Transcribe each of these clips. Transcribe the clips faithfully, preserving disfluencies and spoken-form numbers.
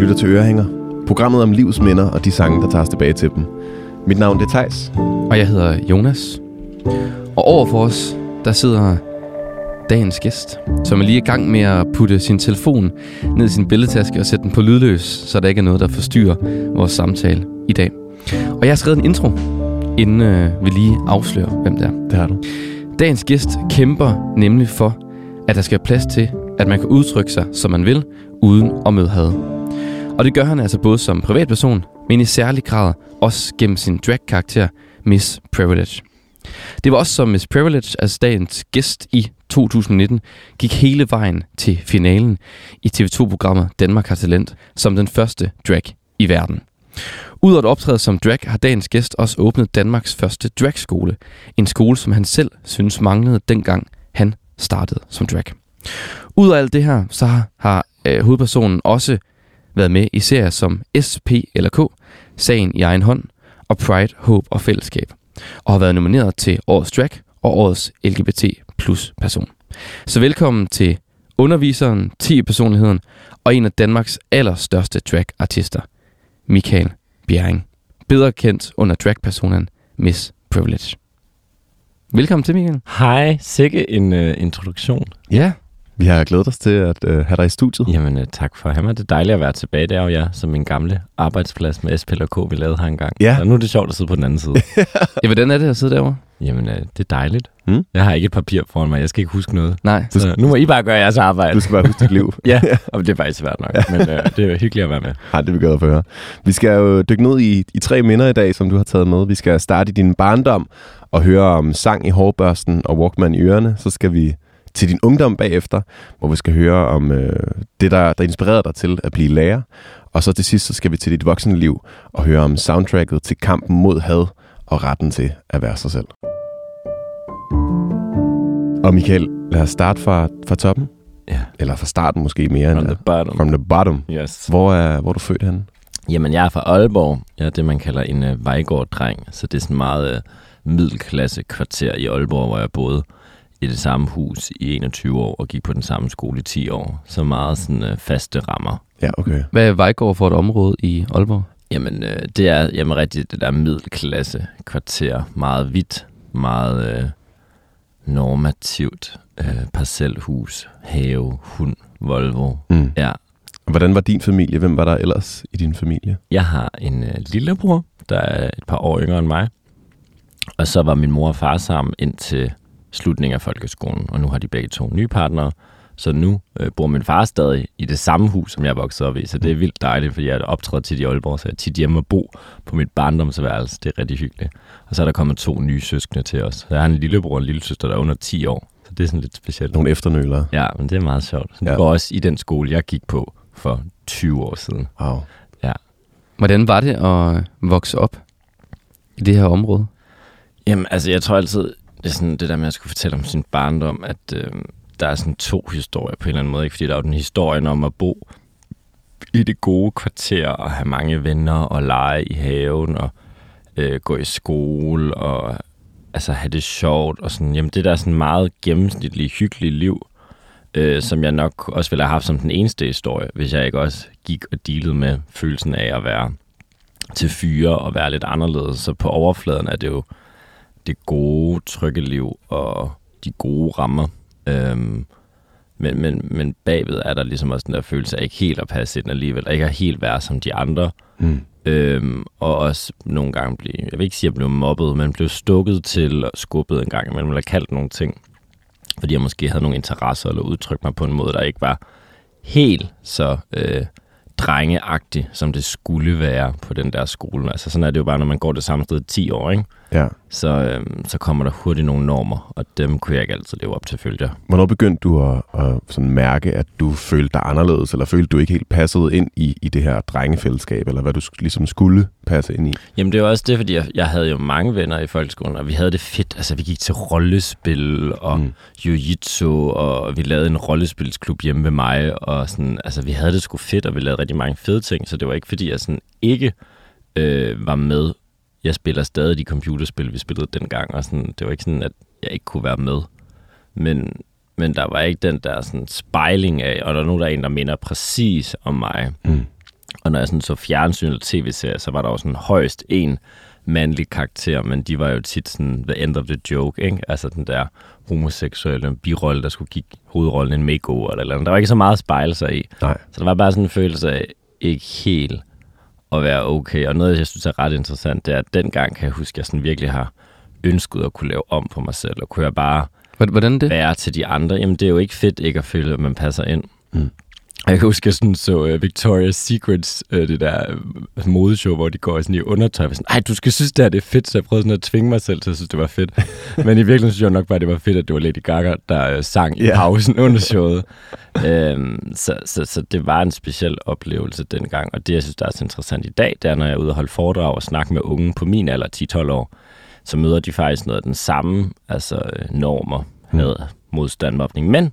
lytter til Ørehænger, programmet om livets minder og de sange, der tager os tilbage til dem. Mit navn det er Theis. Og jeg hedder Jonas. Og over for os, der sidder dagens gæst, som er lige i gang med at putte sin telefon ned i sin billedtaske og sætte den på lydløs, så der ikke er noget, der forstyrrer vores samtale i dag. Og jeg har skrevet en intro, inden øh, vi lige afslører, hvem det er. Det har du. Dagens gæst kæmper nemlig for, at der skal være plads til, at man kan udtrykke sig, som man vil, uden at møde had. Og det gør han altså både som privatperson, men i særlig grad også gennem sin drag-karakter, Miss Privilege. Det var også som Miss Privilege, altså dagens gæst i to tusind nitten, gik hele vejen til finalen i T V to-programmet Danmark har talent, som den første drag i verden. Udover at optræde som drag, har dagens gæst også åbnet Danmarks første dragskole. En skole, som han selv synes manglede dengang han startede som drag. Udover alt det her, så har, har øh, hovedpersonen også været med i serier som S P eller K, Sagen i egen hånd og Pride, Håb og Fællesskab. Og har været nomineret til Årets Drag og Årets L G B T plus person. Så velkommen til underviseren, ti-personligheden og en af Danmarks allerstørste drag-artister, Michael Bjerring. Bedre kendt under drag-personen Miss Privilege. Velkommen til, Michael. Hej, sikke en uh, introduktion. Ja, vi har glædet os til at uh, have dig i studiet. Jamen, uh, tak for at have mig. Det er dejligt at være tilbage. Det er jo jeg, som min gamle arbejdsplads med S P eller K, vi lavede her engang. Ja. Så nu er det sjovt at sidde på den anden side. Ja, hvordan er det at sidde derovre? Jamen, uh, det er dejligt. Hmm? Jeg har ikke et papir foran mig. Jeg skal ikke huske noget. Nej. Så nu må I bare gøre jeres arbejde. Du skal bare huske dit liv. Ja, og det er faktisk svært nok. Men uh, det er hyggeligt at være med. Ej, det er vi glade for at høre. Vi skal jo dykke ned i, i tre minder i dag, som du har taget med. Vi skal starte i din barndom og høre om sang i hårbørsten og Walkman i ørerne. Så skal vi til din ungdom bagefter, hvor vi skal høre om øh, det, der, der inspirerede dig til at blive lærer. Og så til sidst, så skal vi til dit voksne liv og høre om soundtracket til kampen mod had og retten til at være sig selv. Og Michael, lad os starte fra, fra toppen. Ja. Eller fra starten måske mere. From end the bottom. From the bottom. Yes. Hvor er, hvor er du født henne? Jamen, jeg er fra Aalborg. Jeg er det, man kalder en uh, Vejgaard-dreng. Så det er sådan meget uh, middelklasse kvarter i Aalborg, hvor jeg boede i det samme hus i enogtyve år og gik på den samme skole i ti år. Så meget sådan øh, faste rammer. Ja, okay. Hvad er Vejgaard for et område i Aalborg? Jamen, øh, det er jamen, rigtig det der middelklasse kvarter. Meget hvidt, meget øh, normativt. Øh, parcelhus, have, hund, Volvo. Mm. Ja. Hvordan var din familie? Hvem var der ellers i din familie? Jeg har en øh, lillebror, der er et par år yngre end mig. Og så var min mor og far sammen indtil slutningen af folkeskolen, og nu har de begge to nye partnere, så nu øh, bor min far stadig i det samme hus, som jeg voksede op i, så det er vildt dejligt, fordi jeg optræder tit i Aalborg, så jeg er tit hjemme og bo på mit barndomsværelse, det er rigtig hyggeligt. Og så er der kommet to nye søskende til os. Så jeg har en lillebror og en lillesøster, der er under ti år, så det er sådan lidt specielt. Nogle efternølere. Ja, men det er meget sjovt. Så ja. går også i den skole, jeg gik på for tyve år siden. Wow. Ja. Hvordan var det at vokse op i det her område? Jamen, altså jeg tror altid, det er sådan det der med at skulle fortælle om sin barndom, at øh, der er sådan to historier på en eller anden måde. Ikke? Fordi der er jo den historien om at bo i det gode kvarter og have mange venner og lege i haven og øh, gå i skole og altså have det sjovt. Og sådan, jamen det der er sådan meget gennemsnitlige, hyggelige liv, øh, som jeg nok også ville have haft som den eneste historie, hvis jeg ikke også gik og dealede med følelsen af at være til fyre og være lidt anderledes. Så på overfladen er det jo det gode, trygge liv og de gode rammer. Øhm, men, men, men bagved er der ligesom også den der følelse af ikke helt at passe ind alligevel, og ikke at helt være som de andre. Mm. Øhm, og også nogle gange blive, jeg vil ikke sige, at jeg blev mobbet, men blev stukket til og skubbet en gang imellem, eller kaldt nogle ting, fordi jeg måske havde nogle interesser, eller udtrykt mig på en måde, der ikke var helt så øh, drengeagtig, som det skulle være på den der skole. Altså sådan er det jo bare, når man går det samme sted i ti år, ikke? Ja. Så, øhm, så kommer der hurtigt nogle normer, og dem kunne jeg ikke altid leve op til, følte jeg. Hvornår begyndte du at, at sådan mærke, at du følte dig anderledes, eller følte du ikke helt passede ind i, i det her drengefællesskab, eller hvad du ligesom skulle passe ind i? Jamen det er jo også det, fordi jeg, jeg havde jo mange venner i folkeskolen, og vi havde det fedt. Altså vi gik til rollespil og mm. jiu-jitsu, og vi lavede en rollespilsklub hjemme ved mig, og sådan, altså vi havde det sgu fedt, og vi lavede rigtig mange fede ting, så det var ikke fordi, jeg sådan ikke øh, var med. Jeg spiller stadig de computerspil, vi spillede dengang, og sådan, det var ikke sådan, at jeg ikke kunne være med. Men, men der var ikke den der sådan spejling af, og der er nogen, der er en, der minder præcis om mig. Mm. Og når jeg sådan så fjernsyn eller tv-serier, så var der også sådan højst en mandlig karakter, men de var jo tit sådan the end of the joke, ikke? Altså den der homoseksuelle birolle, der skulle give hovedrollen en makeover eller noget. Der var ikke så meget at spejle sig i. Nej. Så der var bare sådan en følelse af ikke helt at være okay. Og noget, jeg synes er ret interessant, det er, at dengang kan jeg huske, at jeg sådan virkelig har ønsket at kunne lave om på mig selv, og kunne jeg bare Hvordan det? være til de andre. Jamen, det er jo ikke fedt ikke at føle, at man passer ind. Mm. Jeg kan huske, at jeg sådan så uh, Victoria's Secrets, uh, det der uh, modeshow, hvor de går sådan i undertøj. Og sådan, ej, du skal synes, det her det er fedt, så jeg prøvede sådan at tvinge mig selv til at synes, det var fedt. Men i virkeligheden synes jeg nok bare, det var fedt, at det var Lady Gaga, der uh, sang yeah. i pausen under showet. um, så, så, så det var en speciel oplevelse dengang. Og det, jeg synes, der er så interessant i dag, det er, når jeg er ude og holde foredrag og snakke med unge på min alder, ti tolv år, så møder de faktisk noget af den samme altså normer, med mm. modstand, mobning. Men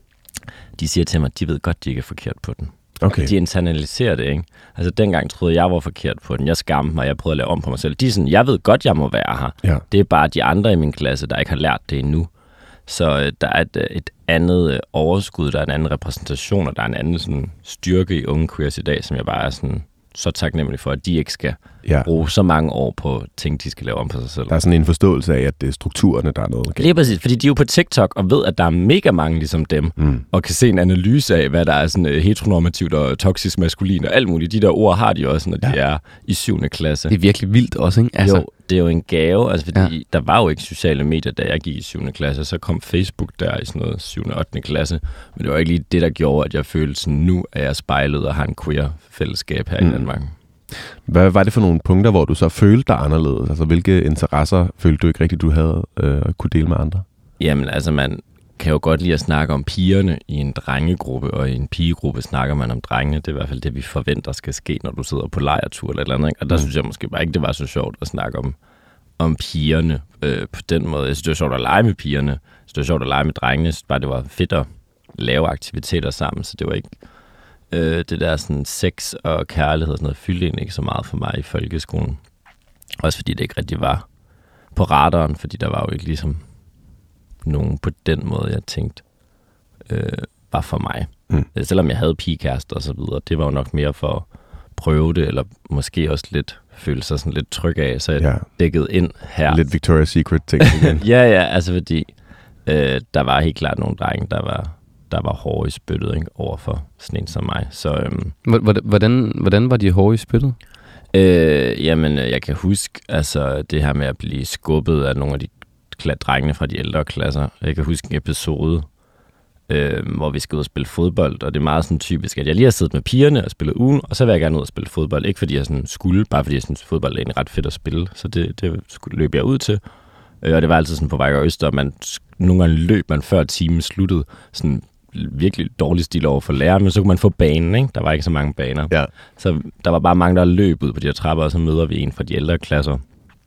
de siger til mig, at de ved godt, de ikke er forkert på den. Okay. De internaliserer det, ikke? Altså, dengang troede jeg var forkert på den. Jeg skamte mig, jeg prøvede at lave om på mig selv. De er sådan, jeg ved godt, jeg må være her. Ja. Det er bare de andre i min klasse, der ikke har lært det endnu. Så øh, der er et, et andet øh, overskud, der er en anden repræsentation, og der er en anden sådan, styrke i unge queers i dag, som jeg bare er sådan, så taknemmelig for, at de ikke skal ja. bruge så mange år på ting, de skal lave om på sig selv. Der er sådan en forståelse af, at det er strukturerne, der er noget galt. Lige præcis, fordi de er jo på TikTok og ved, at der er mega mange ligesom dem, mm. og kan se en analyse af, hvad der er sådan heteronormativt og toksisk maskulin og alt muligt. De der ord har de også, når ja. de er i syvende klasse. Det er virkelig vildt også, ikke? Altså. Jo, det er jo en gave, altså fordi ja. der var jo ikke sociale medier, da jeg gik i syvende klasse. Så kom Facebook der i sådan noget syvende og ottende klasse. Men det var ikke lige det, der gjorde, at jeg følte sådan, nu er jeg spejlet og har en queer fællesskab her mm. i Danmark. Hvad var det for nogle punkter, hvor du så følte dig anderledes? Altså, hvilke interesser følte du ikke rigtigt, du havde øh, at kunne dele med andre? Jamen, altså, man kan jo godt lide at snakke om pigerne i en drengegruppe, og i en pigegruppe snakker man om drengene. Det er i hvert fald det, vi forventer skal ske, når du sidder på lejrtur eller et eller andet. Ikke? Og der mm. synes jeg måske bare ikke, det var så sjovt at snakke om, om pigerne øh, på den måde. Jeg synes, det var sjovt at lege med pigerne. Jeg synes, det var sjovt at lege med drengene. Jeg synes bare, det var fedt at lave aktiviteter sammen, så det var ikke... Øh, det der sådan sex og kærlighed og sådan noget fyldte egentlig ikke så meget for mig i folkeskolen. Også fordi det ikke rigtig var på radaren, fordi der var jo ikke ligesom nogen på den måde, jeg tænkte, øh, var for mig. Mm. Selvom jeg havde pigekærester og så videre, det var jo nok mere for at prøve det, eller måske også lidt føle sig sådan lidt tryg af, så jeg ja. dækkede ind her. Lidt Victoria's Secret ting igen. ja, ja, altså fordi øh, der var helt klart nogle drenge, der var der var hårde i spyttet, ikke, over for sådan en som mig. Så, øhm, hvordan, hvordan var de hårde i spyttet? Øh, jamen, jeg kan huske altså, det her med at blive skubbet af nogle af de drengene fra de ældre klasser. Jeg kan huske en episode, øh, hvor vi skal ud og spille fodbold, og det er meget sådan typisk, at jeg lige har siddet med pigerne og spillet ugen, og så vil jeg gerne ud og spille fodbold. Ikke fordi jeg sådan skulle, bare fordi jeg synes, fodbold er egentlig ret fedt at spille, så det, det løb jeg ud til. Og det var altid sådan på Vejgaard Øster, man nogle gange løb man før timen sluttede, sådan virkelig dårlig stil over for læreren, men så kunne man få banen, ikke? Der var ikke så mange baner. Ja. Så der var bare mange, der løb ud på de her trapper, og så møder vi en fra de ældre klasser.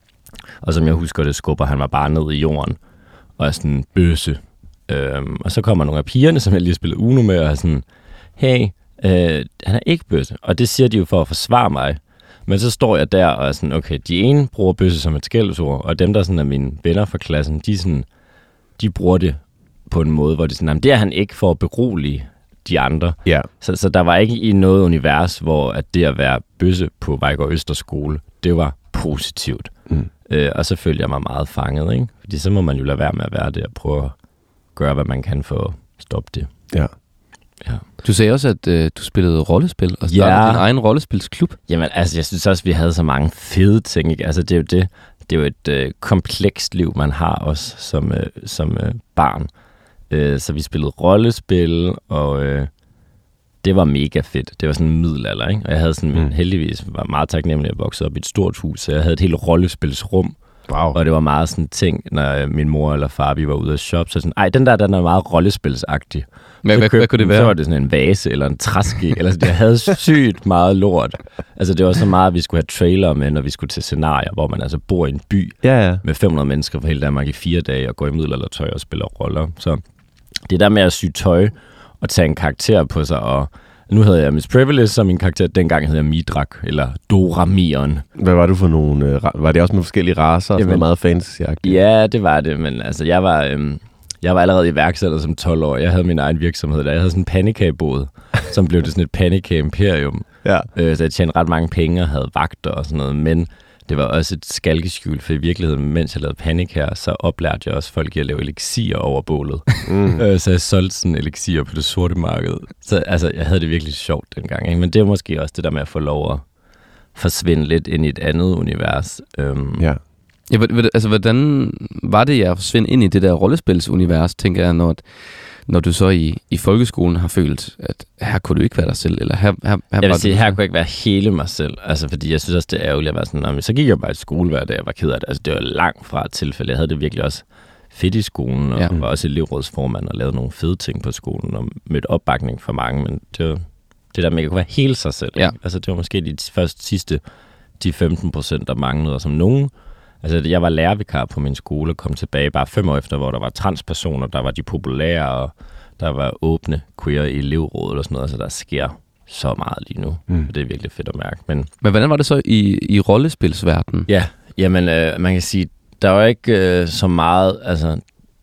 Og som jeg husker det, skubber han var bare ned i jorden, og er sådan bøsse. Øhm, og så kommer nogle af pigerne, som jeg lige spillede Uno med, og er sådan, hey, øh, han er ikke bøsse. Og det siger de jo for at forsvare mig. Men så står jeg der og er sådan, okay, de ene bruger bøsse som et skældsord, og dem, der sådan er mine venner fra klassen, de, sådan, de bruger det på en måde, hvor det sådan, det er han ikke for at berolige de andre. Yeah. Så, så der var ikke i noget univers, hvor at det at være bøsse på Vejgaard Øster skole, det var positivt. Mm. Øh, og så følte jeg mig meget fanget, ikke? Fordi så må man jo lade være med at være det og prøve at gøre, hvad man kan for at stoppe det. Ja. Ja. Du sagde også, at øh, du spillede rollespil og startede ja. din egen rollespilsklub. Jamen, altså, jeg synes også, at vi havde så mange fede ting, ikke? Altså, det er jo det. Det er jo et øh, komplekst liv, man har også som, øh, som øh, barn. Øh, så vi spillede rollespil, og øh, det var mega fedt. Det var sådan en middelalder, ikke? Og jeg havde sådan, mm. heldigvis var meget taknemmelig at vokse op i et stort hus, så jeg havde et helt rollespilsrum. Wow. Og det var meget sådan ting, når min mor eller far, vi var ude at shoppe, så sådan, ej, den der, den er meget rollespilsagtig. Men hvad, hvad kunne det være? Så var det sådan en vase eller en træske, eller sådan, jeg havde sygt meget lort. Altså det var så meget, at vi skulle have trailer med, når vi skulle til scenarier, hvor man altså bor i en by ja, ja. med fem hundrede mennesker fra hele Danmark i fire dage, og går i middelaldertøj og spiller roller. Så det der med at sy tøj og tage en karakter på sig, og nu hedder jeg Miss Privilege, som min karakter dengang hedder Midrak, eller Doramion. Hvad var du for nogle? Var det også med forskellige racer og sådan noget meget fantasy-agtigt? Ja, det var det, men altså jeg var, øhm, Jeg var allerede iværksætter som tolv år. Jeg havde min egen virksomhed der. Jeg havde sådan en pandekagebåd, som blev det sådan et pandekage-imperium. Ja. Øh, så jeg tjente ret mange penge og havde vagter og sådan noget. Men det var også et skalkeskjul, for i virkeligheden, mens jeg lavede pandekager, så oplærte jeg også folk i at lave elixier over bålet. Mm. Øh, så jeg solgte sådan elixier på det sorte marked. Så altså, jeg havde det virkelig sjovt dengang. Ikke? Men det var måske også det der med at få lov at forsvinde lidt ind i et andet univers. Øhm, ja. Ja, altså, hvordan var det, at forsvinde ind i det der rollespilsunivers, tænker jeg, når, når du så i, i folkeskolen har følt, at her kunne du ikke være dig selv, eller her, her, her jeg vil var sige, du, her kunne jeg ikke være hele mig selv, altså, fordi jeg synes også, det er ærgerligt at være sådan, men så gik jeg bare i skole hver dag, jeg var ked af det. Altså, det var langt fra et tilfælde. Jeg havde det virkelig også fedt i skolen, og ja. var også elevrådsformand og lavede nogle fede ting på skolen, og mødte opbakning fra mange, men det var det der med, at jeg kunne være hele sig selv. Ja. Altså, det var måske de første sidste, de femten procent, der manglede, og som nogen. Altså, jeg var lærervikar på min skole og kom tilbage bare fem år efter, hvor der var transpersoner, der var de populære, og der var åbne queer i elevrådet og sådan noget. Så der sker så meget lige nu. Mm. Det er virkelig fedt at mærke. Men, Men hvordan var det så i, i rollespilsverdenen? Ja, jamen øh, man kan sige, der var ikke øh, så meget altså,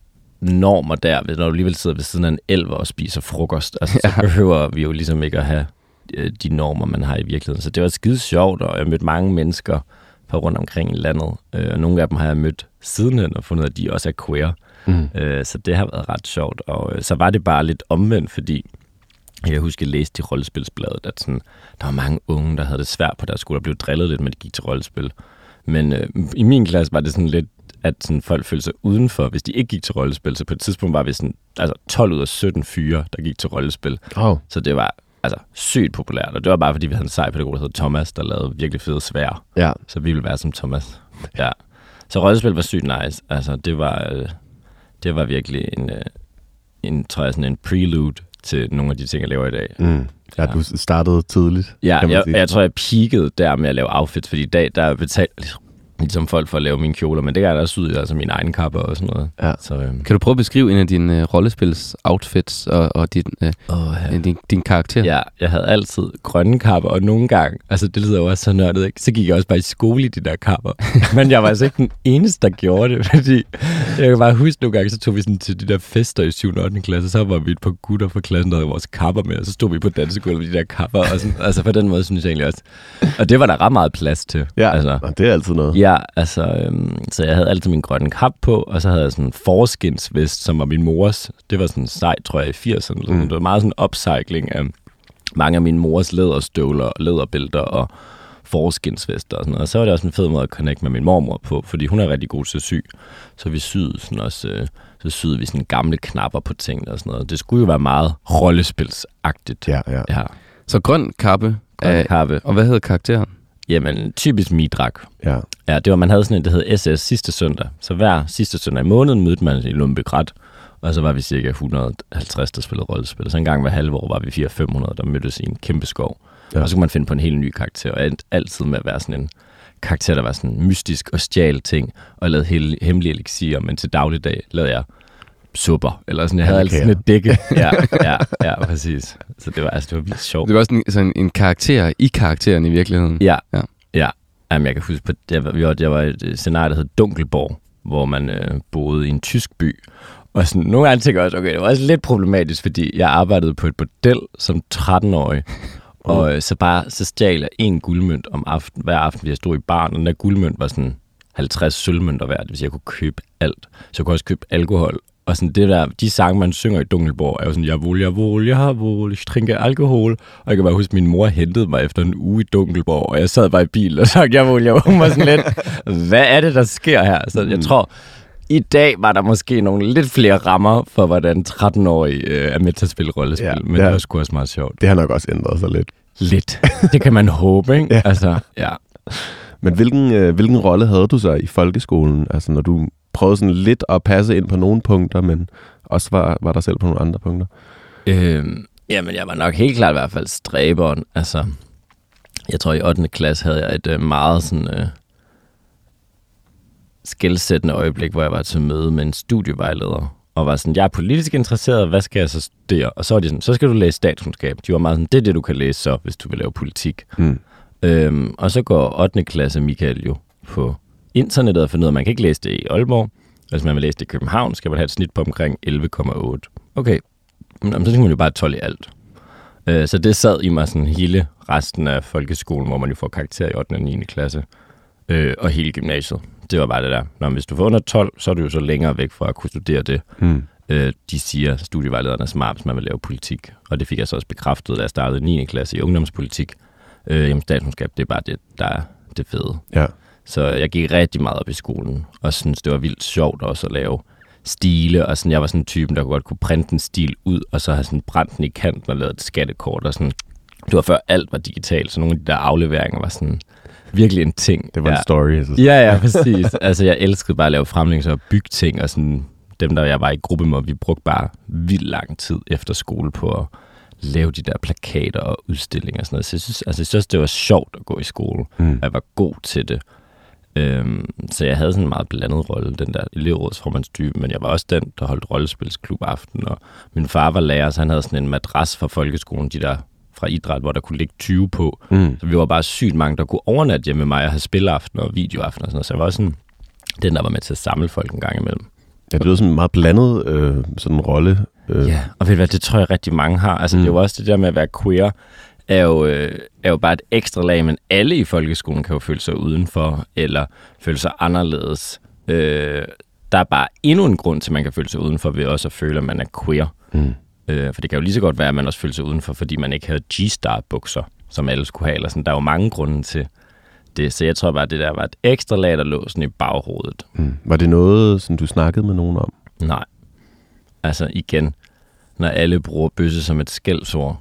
normer der, når du alligevel sidder ved siden af en elver og spiser frokost. Altså, ja. Så behøver vi jo ligesom ikke at have øh, de normer, man har i virkeligheden. Så det var skide sjovt, og jeg mødte mange mennesker på rundt omkring i landet. Øh, og nogle af dem har jeg mødt sidenhen og fundet, at de også er queer. Mm. Øh, så det har været ret sjovt. Og øh, så var det bare lidt omvendt, fordi jeg husker, at jeg læste i rollespilsbladet, at sådan, der var mange unge, der havde det svært på deres skole og blev drillet lidt, med de gik til rollespil. Men øh, i min klasse var det sådan lidt, at sådan, folk følte sig udenfor, hvis de ikke gik til rollespil. Så på et tidspunkt var vi sådan, altså tolv ud af sytten fyre, der gik til rollespil. Oh. Så det var altså sygt populært, og det var bare, fordi vi havde en sej pædagog, der hed Thomas, der lavede virkelig fede svær. Ja. Så vi ville være som Thomas. Ja. Så rollespil var sygt nice. Altså, det var, øh, det var virkelig en, øh, en, tror jeg, sådan en prelude til nogle af de ting, jeg laver i dag. Mm. Ja, ja, du startede tidligt. Ja, jeg, jeg tror, jeg peakede der med at lave outfits, fordi i dag, der er betalt ligesom folk for at lave mine kjoler, men det gør jeg også ud i, altså mine egne kapper og sådan noget. Ja. Så, øhm. Kan du prøve at beskrive en af dine uh, rollespils-outfits og, og din, uh, oh, ja. din, din karakter? Ja, jeg havde altid grønne kapper, og nogle gange, altså det lyder jo også så nørdet, ikke? Så gik jeg også bare i skole i de der kapper. Men jeg var altså ikke den eneste, der gjorde det, fordi jeg kan bare huske nogle gange, så tog vi sådan til de der fester i syvende og ottende klasse, så var vi et par gutter fra klassen, der havde vores kapper med, og så stod vi på dansegulvet med de der kapper, og sådan, altså på den måde synes jeg egentlig også. Og det var der ret meget plads til. Ja, altså, og det er altid noget. Ja, altså, øhm, så jeg havde altid min grønne kap på, og så havde jeg sådan en forskinsvest, som var min mors. Det var sådan sej, tror jeg, i firserne. Mm. Det var meget sådan en upcycling af mange af min mors læderstøvler, læderbælter og forskinsvester og sådan noget. Og så var det også en fed måde at connecte med min mormor på, fordi hun er rigtig god til at sy. Så vi syede sådan også, øh, så syede vi sådan gamle knapper på tingene og sådan noget. Det skulle jo være meget rollespilsagtigt. Ja, ja. ja. Så grøn kappe. Grøn kappe. Og hvad hed karakteren? Jamen, typisk Midrak. Ja. Ja, det var, man havde sådan en, der hed S S sidste søndag. Så hver sidste søndag i måneden mødte man i Lumbegrat, og så var vi cirka et hundrede og halvtreds, der spillede rollespil. Så en gang hver halve år var vi fire til fem hundrede, der mødtes i en kæmpe skov. Ja. Og så kunne man finde på en helt ny karakter, og altid med at være sådan en karakter, der var sådan mystisk og stjal ting, og lavede hele, hemmelige elixier, men til dagligdag lavede jeg supper, eller sådan, jeg havde altid sådan et dække. Ja, ja, ja, præcis. Så det var, altså, det var vildt sjovt. Det var også en, sådan en karakter i karakteren i virkeligheden. Ja, ja. ja. Jamen, jeg kan huske, på, jeg, var, jeg var i et scenarie, der hed Dunkelborg, hvor man øh, boede i en tysk by. Og sådan, nogle gange tænker jeg også, okay, det var også lidt problematisk, fordi jeg arbejdede på et bordel som tretten-årig, og øh, så bare, så stjal jeg en guldmønt om aften, hver aften, fordi jeg stod i baren, og den der guldmønt var sådan halvtreds sølvmønter værd, det vil sige, jeg kunne købe alt. Så jeg kunne også købe alkohol. Og sådan det der, de sange, man synger i Dunkelborg, er jo sådan, jawohl, jawohl, jawohl, jeg trinker alkohol. Og jeg kan bare huske, at min mor hentede mig efter en uge i Dunkelborg, og jeg sad bare i bil og sagde, jawohl, jawohl, hun var sådan lidt, hvad er det, der sker her? Så jeg tror, i dag var der måske nogle lidt flere rammer for, hvordan tretten-årige øh, er med til at spille rollespil. Ja, men det var sgu også meget sjovt. Det har nok også ændret sig lidt. Lidt. Det kan man håbe, ikke? Ja. Altså, ja. Men hvilken, øh, hvilken rolle havde du så i folkeskolen? Altså, når du prøvede sådan lidt at passe ind på nogle punkter, men også var, var der selv på nogle andre punkter? Øhm, jamen, jeg var nok helt klart i hvert fald stræberen. Altså, jeg tror, i ottende klasse havde jeg et øh, meget sådan øh, skelsættende øjeblik, hvor jeg var til møde med en studievejleder, og var sådan, jeg er politisk interesseret, hvad skal jeg så studere? Og så var de sådan, så skal du læse statskundskab. De var meget sådan, det er det, du kan læse så, hvis du vil lave politik. Mm. Øhm, og så går ottende klasse Michael jo på internettet og finder ud af, at man kan ikke læse det i Aalborg. Hvis man vil læse det i København, skal man have et snit på omkring elleve komma otte. Okay, men så skal man jo bare tolv i alt. Øh, så det sad i mig sådan hele resten af folkeskolen, hvor man jo får karakter i ottende og niende klasse. Øh, og hele gymnasiet. Det var bare det der. Nå, hvis du får under tolv, så er du jo så længere væk fra at kunne studere det. Mm. Øh, de siger, studievejlederne er smart, hvis man vil lave politik. Og det fik jeg så også bekræftet, da jeg startede niende klasse i ungdomspolitik. Øh, jamen, statskundskab, det er bare det, der er det fede. Ja. Så jeg gik rigtig meget op i skolen, og synes det var vildt sjovt også at lave stile. Og sådan, jeg var sådan en typen, der godt kunne printe en stil ud, og så have sådan brændt den i kanten og lavet et skattekort. Og sådan. Det var før alt var digitalt, så nogle af de der afleveringer var sådan virkelig en ting. Det var ja. en story. Altså. Ja, ja, præcis. Altså, jeg elskede bare at lave fremlæggelser og bygge ting, og sådan, dem, der jeg var i gruppe med, vi brugte bare vildt lang tid efter skole på at lave de der plakater og udstillinger og sådan noget. Så jeg synes, altså, jeg synes det var sjovt at gå i skole, mm. og jeg var god til det. Øhm, så jeg havde sådan en meget blandet rolle, den der elevrådsformandstype, men jeg var også den, der holdt rollespilsklub aften, og min far var lærer, så han havde sådan en madras fra folkeskolen, de der fra idræt, hvor der kunne ligge tyve på. Mm. Så vi var bare sygt mange, der kunne overnatte hjemme med mig og have spilaften og videoaften og sådan noget. Så jeg var også sådan den, der var med til at samle folk en gang imellem. Ja, det var sådan en meget blandet øh, sådan en rolle. Øh. Ja, og ved du hvad, det tror jeg rigtig mange har. Altså mm. det er jo også det der med at være queer, er jo, øh, er jo bare et ekstra lag, men alle i folkeskolen kan jo føle sig udenfor, eller føle sig anderledes. Øh, der er bare endnu en grund til, at man kan føle sig udenfor, ved også at føle, at man er queer. Mm. Øh, for det kan jo lige så godt være, at man også føler sig udenfor, fordi man ikke havde G-Star-bukser, som alle skulle have. Eller sådan. Der er jo mange grunde til det. Så jeg tror bare, at det der var et ekstra lag, der lå sådan i baghovedet. Mm. Var det noget, som du snakkede med nogen om? Nej. Altså igen, når alle bruger bøsse som et skældsord,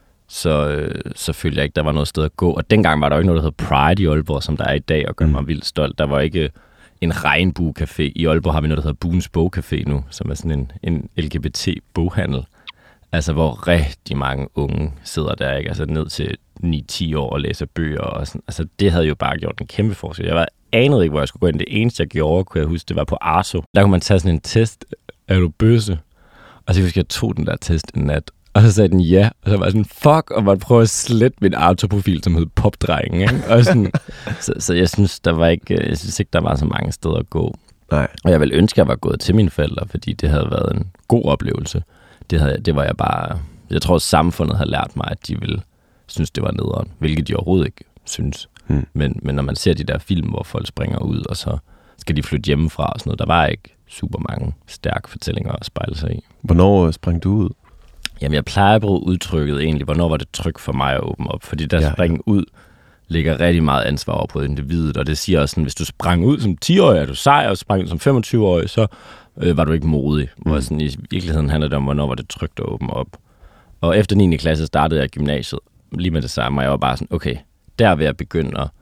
så, øh, så følte jeg ikke, der var noget sted at gå. Og dengang var der jo ikke noget, der hed Pride i Aalborg, som der er i dag, og gør mm. mig vildt stolt. Der var ikke en regnbue-café. I Aalborg har vi noget, der hedder Buens Bogcafé nu, som er sådan en, en L G B T-boghandel. Altså, hvor rigtig mange unge sidder der, ikke? Altså, ned til ni ti år og læser bøger og sådan. Altså, det havde jo bare gjort en kæmpe forskel. Jeg var, anede ikke, hvor jeg skulle gå ind. Det eneste, jeg gjorde, kunne jeg huske, det var på Arto. Der kunne man tage sådan en test. Er du bøsse? Og så husker jeg, jeg tog den der test en nat. Og så sagde den ja. Og så var jeg sådan, fuck, og måtte prøve at slette min Arto-profil, som hed Popdrengen, ikke? Og sådan, så, så jeg synes, der var ikke, jeg synes ikke, der var så mange steder at gå. Nej. Og jeg ville ønske, at jeg var gået til mine forældre, fordi det havde været en god oplevelse. Det, havde, det var jeg bare... Jeg tror, samfundet havde lært mig, at de ville synes, det var nederen. Hvilket de overhovedet ikke synes. Hmm. Men, men når man ser de der film, hvor folk springer ud, og så skal de flytte hjemmefra og sådan noget, der var ikke super mange stærke fortællinger at spejle sig i. Hvornår sprang du ud? Jamen, jeg plejer at bruge udtrykket egentlig, hvornår var det trygt for mig at åbne op? Fordi der ja, springe ja. ud ligger rigtig meget ansvar over på individet, og det siger også sådan, hvis du sprang ud som ti-årig, er du sej, og sprang ud som femogtyve-årig, så øh, var du ikke modig. Mm. Hvor sådan, i virkeligheden handler det om, hvornår var det trygt at åbne op. Og efter niende klasse startede jeg gymnasiet, lige med det samme, og jeg var bare sådan, okay, der vil jeg begynde at,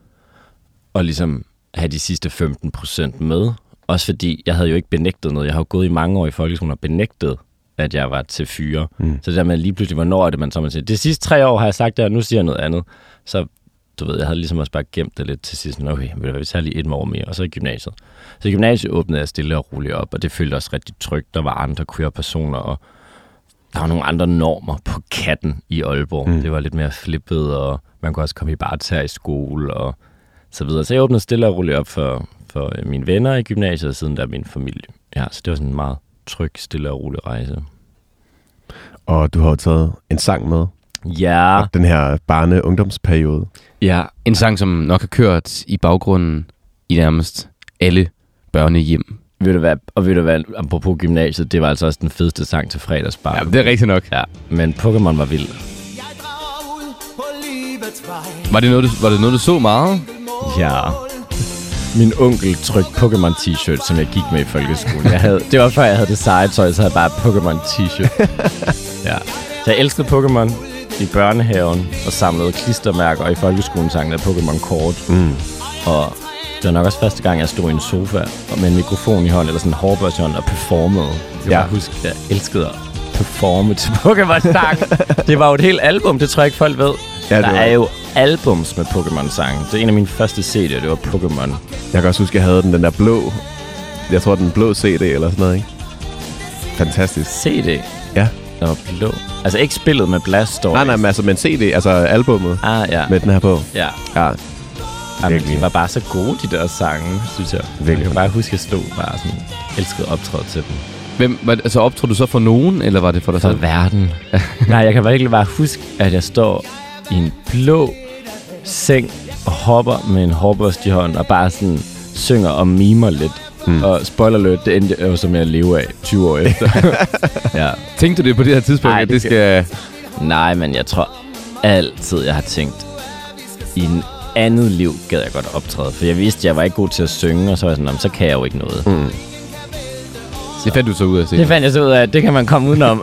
at ligesom have de sidste femten procent med. Også fordi, jeg havde jo ikke benægtet noget. Jeg har jo gået i mange år i folkeskolen og benægtet, at jeg var til fyre. Mm. Så det der med lige pludselig, hvornår er det, man så man siger, de sidste tre år har jeg sagt det, og nu siger jeg noget andet. Så du ved, jeg havde ligesom også bare gemt det lidt til sidst. Okay, vi tager lige et år mere, og så i gymnasiet. Så i gymnasiet åbnede jeg stille og roligt op, og det følte også rigtig trygt. Der var andre queer personer, og der var nogle andre normer på katten i Aalborg. Mm. Det var lidt mere flippet, og man kunne også komme i barter i skole, og så videre. Så jeg åbnede stille og roligt op for, for mine venner i gymnasiet, og siden der min familie. Ja, så det var sådan en meget tryg, stille og rolig rejse. Og du har jo taget en sang med. Ja. Den her barne-ungdomsperiode. Ja, en sang, som nok har kørt i baggrunden i nærmest alle børnehjem. Ved du hvad, og ved du hvad, apropos gymnasiet, det var altså også den fedeste sang til fredagsbar. Ja, det er rigtigt nok. Ja, men Pokémon var vild. Var det noget, du, var det noget, du så meget? Ja. Min onkel trykte Pokémon t-shirt, som jeg gik med i folkeskolen. Jeg havde, det var før jeg havde det seje tøj, så havde jeg bare Pokémon t-shirt. Ja. Så jeg elskede Pokémon i børnehaven og samlede klistermærker, og i folkeskolen sang der Pokémon kort. Mm. Og det var nok også første gang, jeg stod i en sofa og med en mikrofon i hånden, eller sådan en hårbørste i hånden, og performede. Jeg ja. huske, jeg elskede at performe til Pokémon-sang. Det var jo et helt album, det tror jeg ikke folk ved. Ja, der var... er jo albums med Pokémon-sange. Det er en af mine første C D'er, det var Pokémon. Jeg kan også huske, at jeg havde den, den der blå, jeg tror, den blå C D eller sådan noget, ikke? Fantastisk. C D? Ja. Den var blå. Altså ikke spillet med Blast Stories. Nej, nej, men altså med en C D, altså albummet. Ah, ja. Med den her på. Ja. Ja. Jamen, de var bare så gode, de der sange, synes jeg. Virkelig. Jeg kan bare huske, at jeg stod bare sådan, elskede optræde til dem. Hvem, var, altså optrådte du så for nogen, eller var det for dig For selv? verden. Nej, jeg kan virkelig bare huske, at jeg står i en blå seng og hopper med en hårbørste i hånden og bare sådan synger og mimer lidt. Mm. Og spoiler alert, det endte jo som jeg lever af tyve år efter. Ja. Tænkte du det på det her tidspunkt, Ej, at det det skal... Nej, men jeg tror altid, jeg har tænkt, i en andet liv gad jeg godt optræde. For jeg vidste, at jeg var ikke god til at synge, og så var jeg sådan, så kan jeg jo ikke noget. Mm. Det fandt du så ud af at se. Det fandt jeg så ud af, at det kan man komme udenom.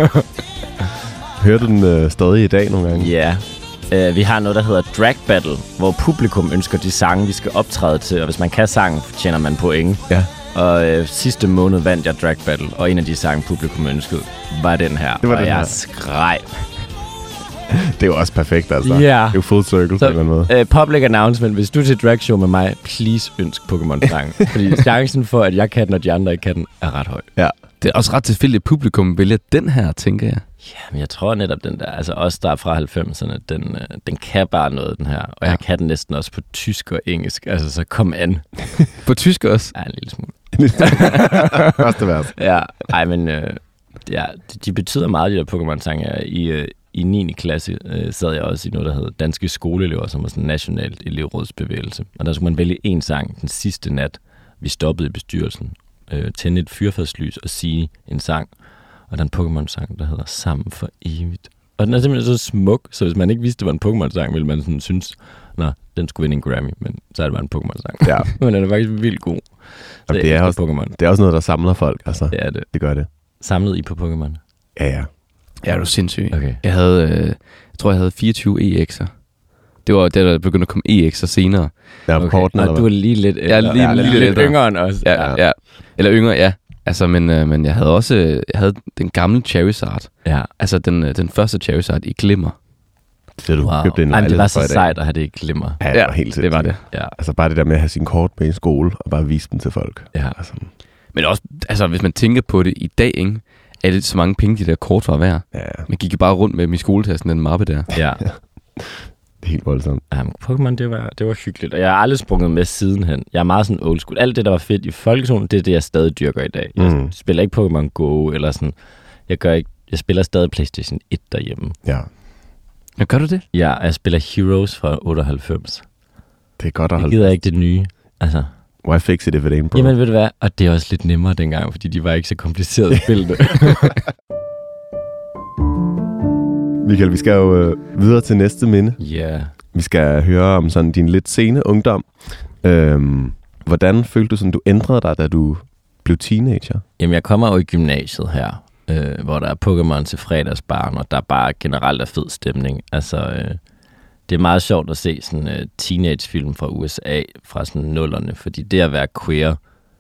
Hører du den øh, stadig i dag nogle gange? Ja. Uh, vi har noget, der hedder Drag Battle, hvor publikum ønsker de sange, vi skal optræde til. Og hvis man kan sangen, tjener man point. Ja. Og øh, sidste måned vandt jeg Drag Battle, og en af de sange, publikum ønskede, var den her. Det var og den jeg her. skreg. Det er jo også perfekt, altså. Ja. Det er jo full circle på en eller anden måde. Uh, public announcement. Hvis du er til drag show med mig, please ønsk Pokémon-sang. Fordi chancen for, at jeg kan den, og de andre ikke kan den, er ret høj. Ja. Det er også ret tilfældigt, at publikum vælger den her, tænker jeg. Ja, men jeg tror netop, den der, altså os, der er fra halvfemserne, den, øh, den kan bare noget, den her. Og ja. Jeg kan den næsten også på tysk og engelsk. Altså, så kom an. På tysk også? Ja, en lille smule. Første vers. Ja, ej, men øh, ja, de, de betyder meget, de der Pokémon-sange. I, øh, I niende klasse øh, sad jeg også i noget, der hedder Danske Skoleelever, som var sådan en nationalt elevrådsbevægelse. Og der skulle man vælge en sang den sidste nat. Vi stoppede i bestyrelsen, øh, tænde et fyrfadslys og sige en sang. Og der er en Pokémon-sang, der hedder Sammen for evigt. Og den er simpelthen så smuk, så hvis man ikke vidste, det var en Pokémon-sang, ville man sådan synes, nå, den skulle vinde en Grammy, men så er det bare en Pokémon-sang. Ja. Men den er faktisk vildt god. Så det, er også, Pokémon. det er også noget, der samler folk, altså. Det er det. Det gør det. Samlet I på Pokémon? Ja, ja. Ja, er du sindssyg. Okay. Jeg havde, øh, jeg tror, jeg havde fireogtyve E X'er. Det var det, der begyndte at komme E X'er senere. Ja, på Okay. korten, Og eller du er hvad? lige lidt Jeg er ældre. lige- Ja, lige lidt, lidt ældre. yngre end os. Ja, ja. ja. Eller yngre, ja. Altså, men, øh, men jeg havde også øh, jeg havde den gamle Charizard. ja. Altså, den, øh, den første Charizard i glimmer. Så du Wow. købte en Ej, men det var lejlighed så for i dag. sejt at have det i glimmer. Ja, det var helt det var det. Ja. Altså bare det der med at have sin kort med i skole, og bare vise dem til folk. Ja. Altså, Men også, altså, hvis man tænker på det i dag, ikke? Er det så mange penge, de der kort var værd? ja, Man gik jo bare rundt med dem i skoletasken, den mappe der. Ja. det er helt voldsomt. Um, Pokémon, det var, det var hyggeligt. Og jeg har aldrig sprunget med sidenhen. Jeg er meget sådan old school. Alt det, der var fedt i folkeskolen, det er det, jeg stadig dyrker i dag. Jeg Mm. spiller ikke Pokémon Go, eller sådan. Jeg gør ikke... Jeg spiller stadig PlayStation et derhjemme. Ja, Men gør du det? Ja, jeg spiller Heroes fra otteoghalvfems. det er godt at Jeg holde. gider ikke det nye. Altså, Why fix it if it ain't broke? jamen ved du hvad? Og det er også lidt nemmere dengang, fordi de var ikke så komplicerede at spille det. Michael, vi skal jo øh, videre til næste minde. Ja. Yeah. Vi skal høre om sådan din lidt sene ungdom. Øhm, hvordan følte du sådan, du ændrede dig, da du blev teenager? Jamen, jeg kommer jo i gymnasiet her, øh, hvor der er Pokémon til fredagsbarn, og der bare generelt er fed stemning. Altså, øh, det er meget sjovt at se sådan en uh, teenagefilm fra U S A fra sådan nullerne, fordi det at være queer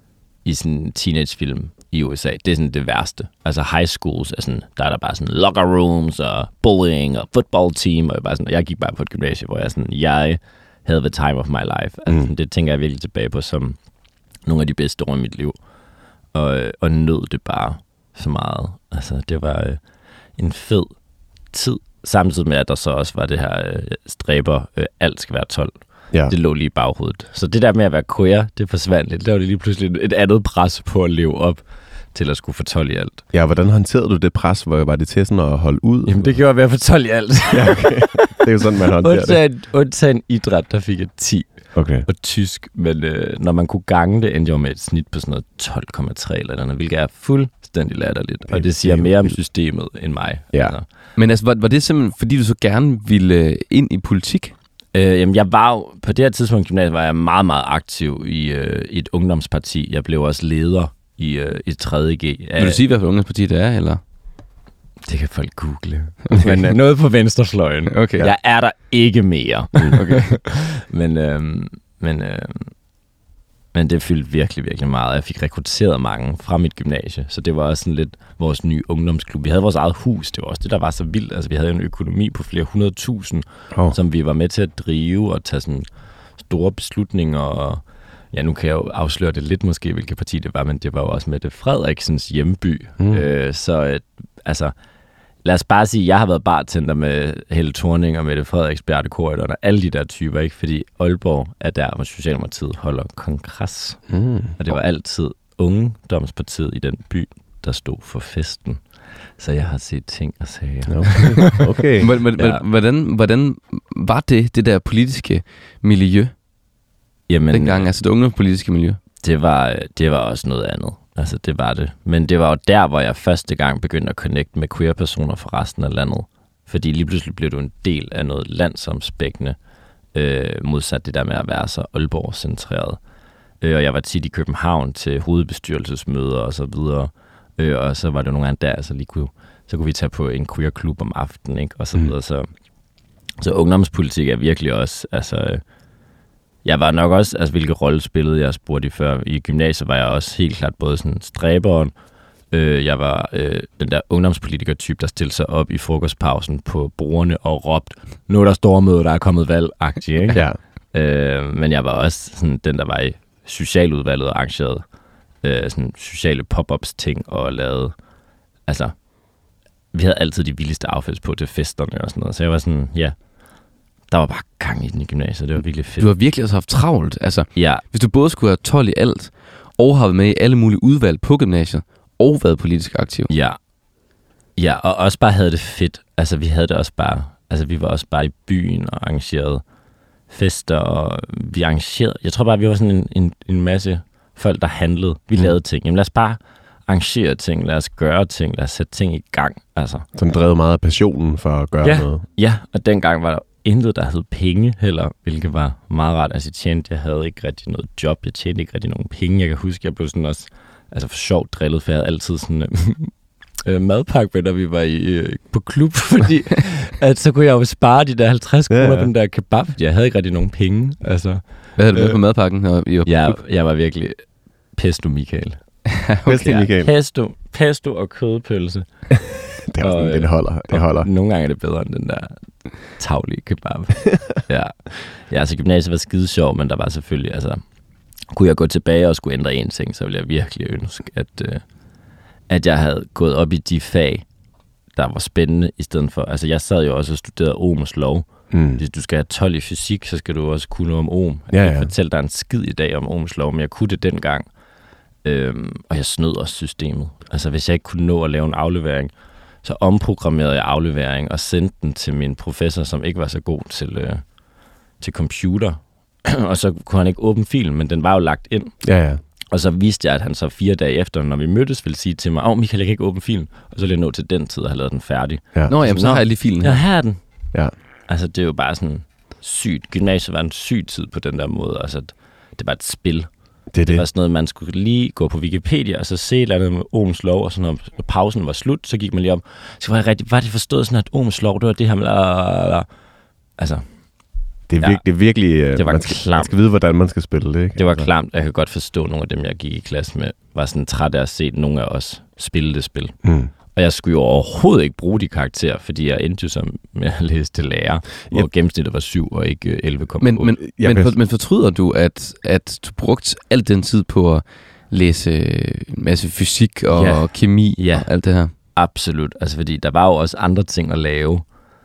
i sådan en teenagefilm i U S A, det er sådan det værste. Altså high schools er sådan, der er der bare sådan locker rooms og bullying og football team, og jeg, bare sådan, jeg gik bare på et gymnasie, hvor jeg sådan, jeg havde the time of my life. Altså, Mm. sådan, det tænker jeg virkelig tilbage på som nogle af de bedste år i mit liv. Og, og nød det bare så meget. Altså, det var øh, en fed tid, samtidig med, at der så også var det her øh, stræber, øh, alt skal være tolv. Ja. Det lå lige i baghovedet. Så det der med at være queer, det forsvandt lidt. Der var det lige pludselig et andet pres på at leve op til at skulle få tolv i alt. Ja, hvordan håndterede du det pres? Hvor var det til sådan at holde ud? Jamen, det gjorde jeg ved at få tolv i alt. Ja, okay. Det er jo sådan, man håndterer det. Undtagen, undtagen idræt, der fik jeg ti. Okay. Og tysk, men øh, når man kunne gange det, endte jeg med et snit på sådan noget tolv komma tre eller noget, hvilket er fuldstændig latterligt. Det- Og det siger det er jo mere om vildt. systemet end mig. Ja. Altså. Men altså, var, var det simpelthen, fordi du så gerne ville øh, ind i politik? Øh, jamen, jeg var jo, på det her tidspunkt i gymnasiet, var jeg meget, meget aktiv i, øh, i et ungdomsparti. Jeg blev også leder i, øh, i tredje G. Vil du sige, hvad for ungdomsparti det er, eller? Det kan folk google. Men øh, noget på venstrefløjen. Okay. Jeg er der ikke mere. Okay. men, øhm, men, øhm, men det fyldte virkelig, virkelig meget. Jeg fik rekrutteret mange fra mit gymnasie, så det var også sådan lidt vores nye ungdomsklub. Vi havde vores eget hus, det var også det, der var så vildt. Altså, vi havde en økonomi på flere hundrede tusind, Oh. som vi var med til at drive og tage sådan store beslutninger. Og ja, nu kan jeg jo afsløre det lidt måske, hvilket parti det var, men det var jo også med det Frederiksens hjemby. Mm. Øh, så øh, altså, lad os bare sige, at jeg har været bartender med Helle Thorning og Mette Frederiks, Bjarne Corydon og alle de der typer, ikke? Fordi Aalborg er der, hvor Socialdemokratiet holder kongres. Mm. Og det var altid Ungdomspartiet i den by, der stod for festen. Så jeg har set ting og sager. Okay. okay. ja. hvordan, hvordan var det, det der politiske miljø? Jamen, dengang, altså det ungdomspolitiske miljø? Det var, det var også noget andet. Altså, det var det. Men det var jo der, hvor jeg første gang begyndte at connecte med queer-personer fra resten af landet. Fordi lige pludselig blev du en del af noget landsomspækkende, øh, modsat det der med at være så Aalborg-centreret. Øh, og jeg var tit i København til hovedbestyrelsesmøder og så videre. Øh, og så var det nogle gange der, så lige kunne, så kunne vi tage på en queer-klub om aftenen, ikke? Og så videre. Mm. Så, så ungdomspolitik er virkelig også, altså... Øh, Jeg var nok også, altså hvilke rolle spillede jeg spurgte i før. I gymnasiet var jeg også helt klart både sådan stræberen. Øh, jeg var øh, den der ungdomspolitiker-type, der stillede sig op i frokostpausen på bordene og råbte, nu er der stormøde, der er kommet valg-agtigt, ikke? Ja. Øh, men jeg var også sådan den, der var i socialudvalget og arrangerede øh, sådan sociale pop-ups ting og lavede, altså, vi havde altid de vildeste outfits på til festerne og sådan noget. Så jeg var sådan, ja, der var bare gang i den i gymnasiet. Det var virkelig fedt. Du har virkelig også haft travlt. Altså, ja. Hvis du både skulle have tolv i alt, og have været med i alle mulige udvalg på gymnasiet, og været politisk aktiv. Ja. Ja, og også bare havde det fedt. Altså, vi havde det også bare... Altså, vi var også bare i byen og arrangerede fester, og vi arrangerede... Jeg tror bare, vi var sådan en, en, en masse folk, der handlede. Vi lavede ting. Jamen, lad os bare arrangere ting. Lad os gøre ting. Lad os sætte ting i gang. Altså. Som drev meget af passionen for at gøre ja. noget. Ja, og dengang var der intet, der hed penge heller, hvilket var meget rart. Altså, jeg tjente, jeg havde ikke rigtig noget job. Jeg tjente ikke rigtig nogen penge. Jeg kan huske, jeg blev sådan også... Altså, for sjovt drillet, for jeg havde altid sådan... Øh, madpakke med, da vi var i, øh, på klub, fordi at så kunne jeg jo spare de der halvtreds kroner ja, ja. på den der kebab. Jeg havde ikke rigtig nogen penge. Altså, hvad havde du med øh, på madpakken? Når I var på jeg, klub? jeg var virkelig pesto Michael. okay. Pesto Michael. Pesto, pesto og kødpølse. det er også sådan, det holder. Det holder. Nogle gange er det bedre end den der taglige kebab. ja. ja, altså gymnasiet var skide sjov, men der var selvfølgelig, altså, kunne jeg gå tilbage og skulle ændre en ting, så ville jeg virkelig ønske, at... Øh, at jeg havde gået op i de fag, der var spændende, i stedet for... Altså, jeg sad jo også og studerede Ohms lov. Mm. Hvis du skal have tolv i fysik, så skal du også kunne noget om Ohm. Jeg ja, kan ja. fortælle dig en skid i dag om Ohms lov, men jeg kunne det dengang. Øhm, og jeg snød også systemet. Altså, hvis jeg ikke kunne nå at lave en aflevering, så omprogrammerede jeg aflevering og sendte den til min professor, som ikke var så god til, øh, til computer. og så kunne han ikke åbne filen, men den var jo lagt ind. Ja, ja. Og så vidste jeg, at han så fire dage efter, når vi mødtes, ville sige til mig, åh, oh, Michael, jeg kan ikke åbne filen. Og så ville jeg nå til den tid og have lavet den færdig. Ja. Nå, jamen, så har jeg lige filen her. Ja, her er den. Ja. Altså, det er jo bare sådan sygt. Gymnasiet var en syg tid på den der måde. Altså, det var et spil. Det er det. Det var sådan noget, man skulle lige gå på Wikipedia, og så se et eller andet med Ohms lov, og så når pausen var slut, så gik man lige op. Så var jeg rigtig, var det forstået sådan, at Ohms lov, det var det her med... Altså... Det er, virke, ja. det er virkelig... Det var man skal, man skal vide, hvordan man skal spille det, ikke? Det var klamt. Jeg kan godt forstå, nogle af dem, jeg gik i klasse med, var sådan træt af at se nogle af os spille det spil. Mm. Og jeg skulle jo overhovedet ikke bruge de karakterer, fordi jeg endte jo som med at læse til lærer, hvor yep. gennemsnittet var syv og ikke elleve komma otte. Men, men, men, for, men fortryder du, at, at du brugte al den tid på at læse en masse fysik og ja. kemi ja. og alt det her? Absolut. Altså, fordi der var jo også andre ting at lave.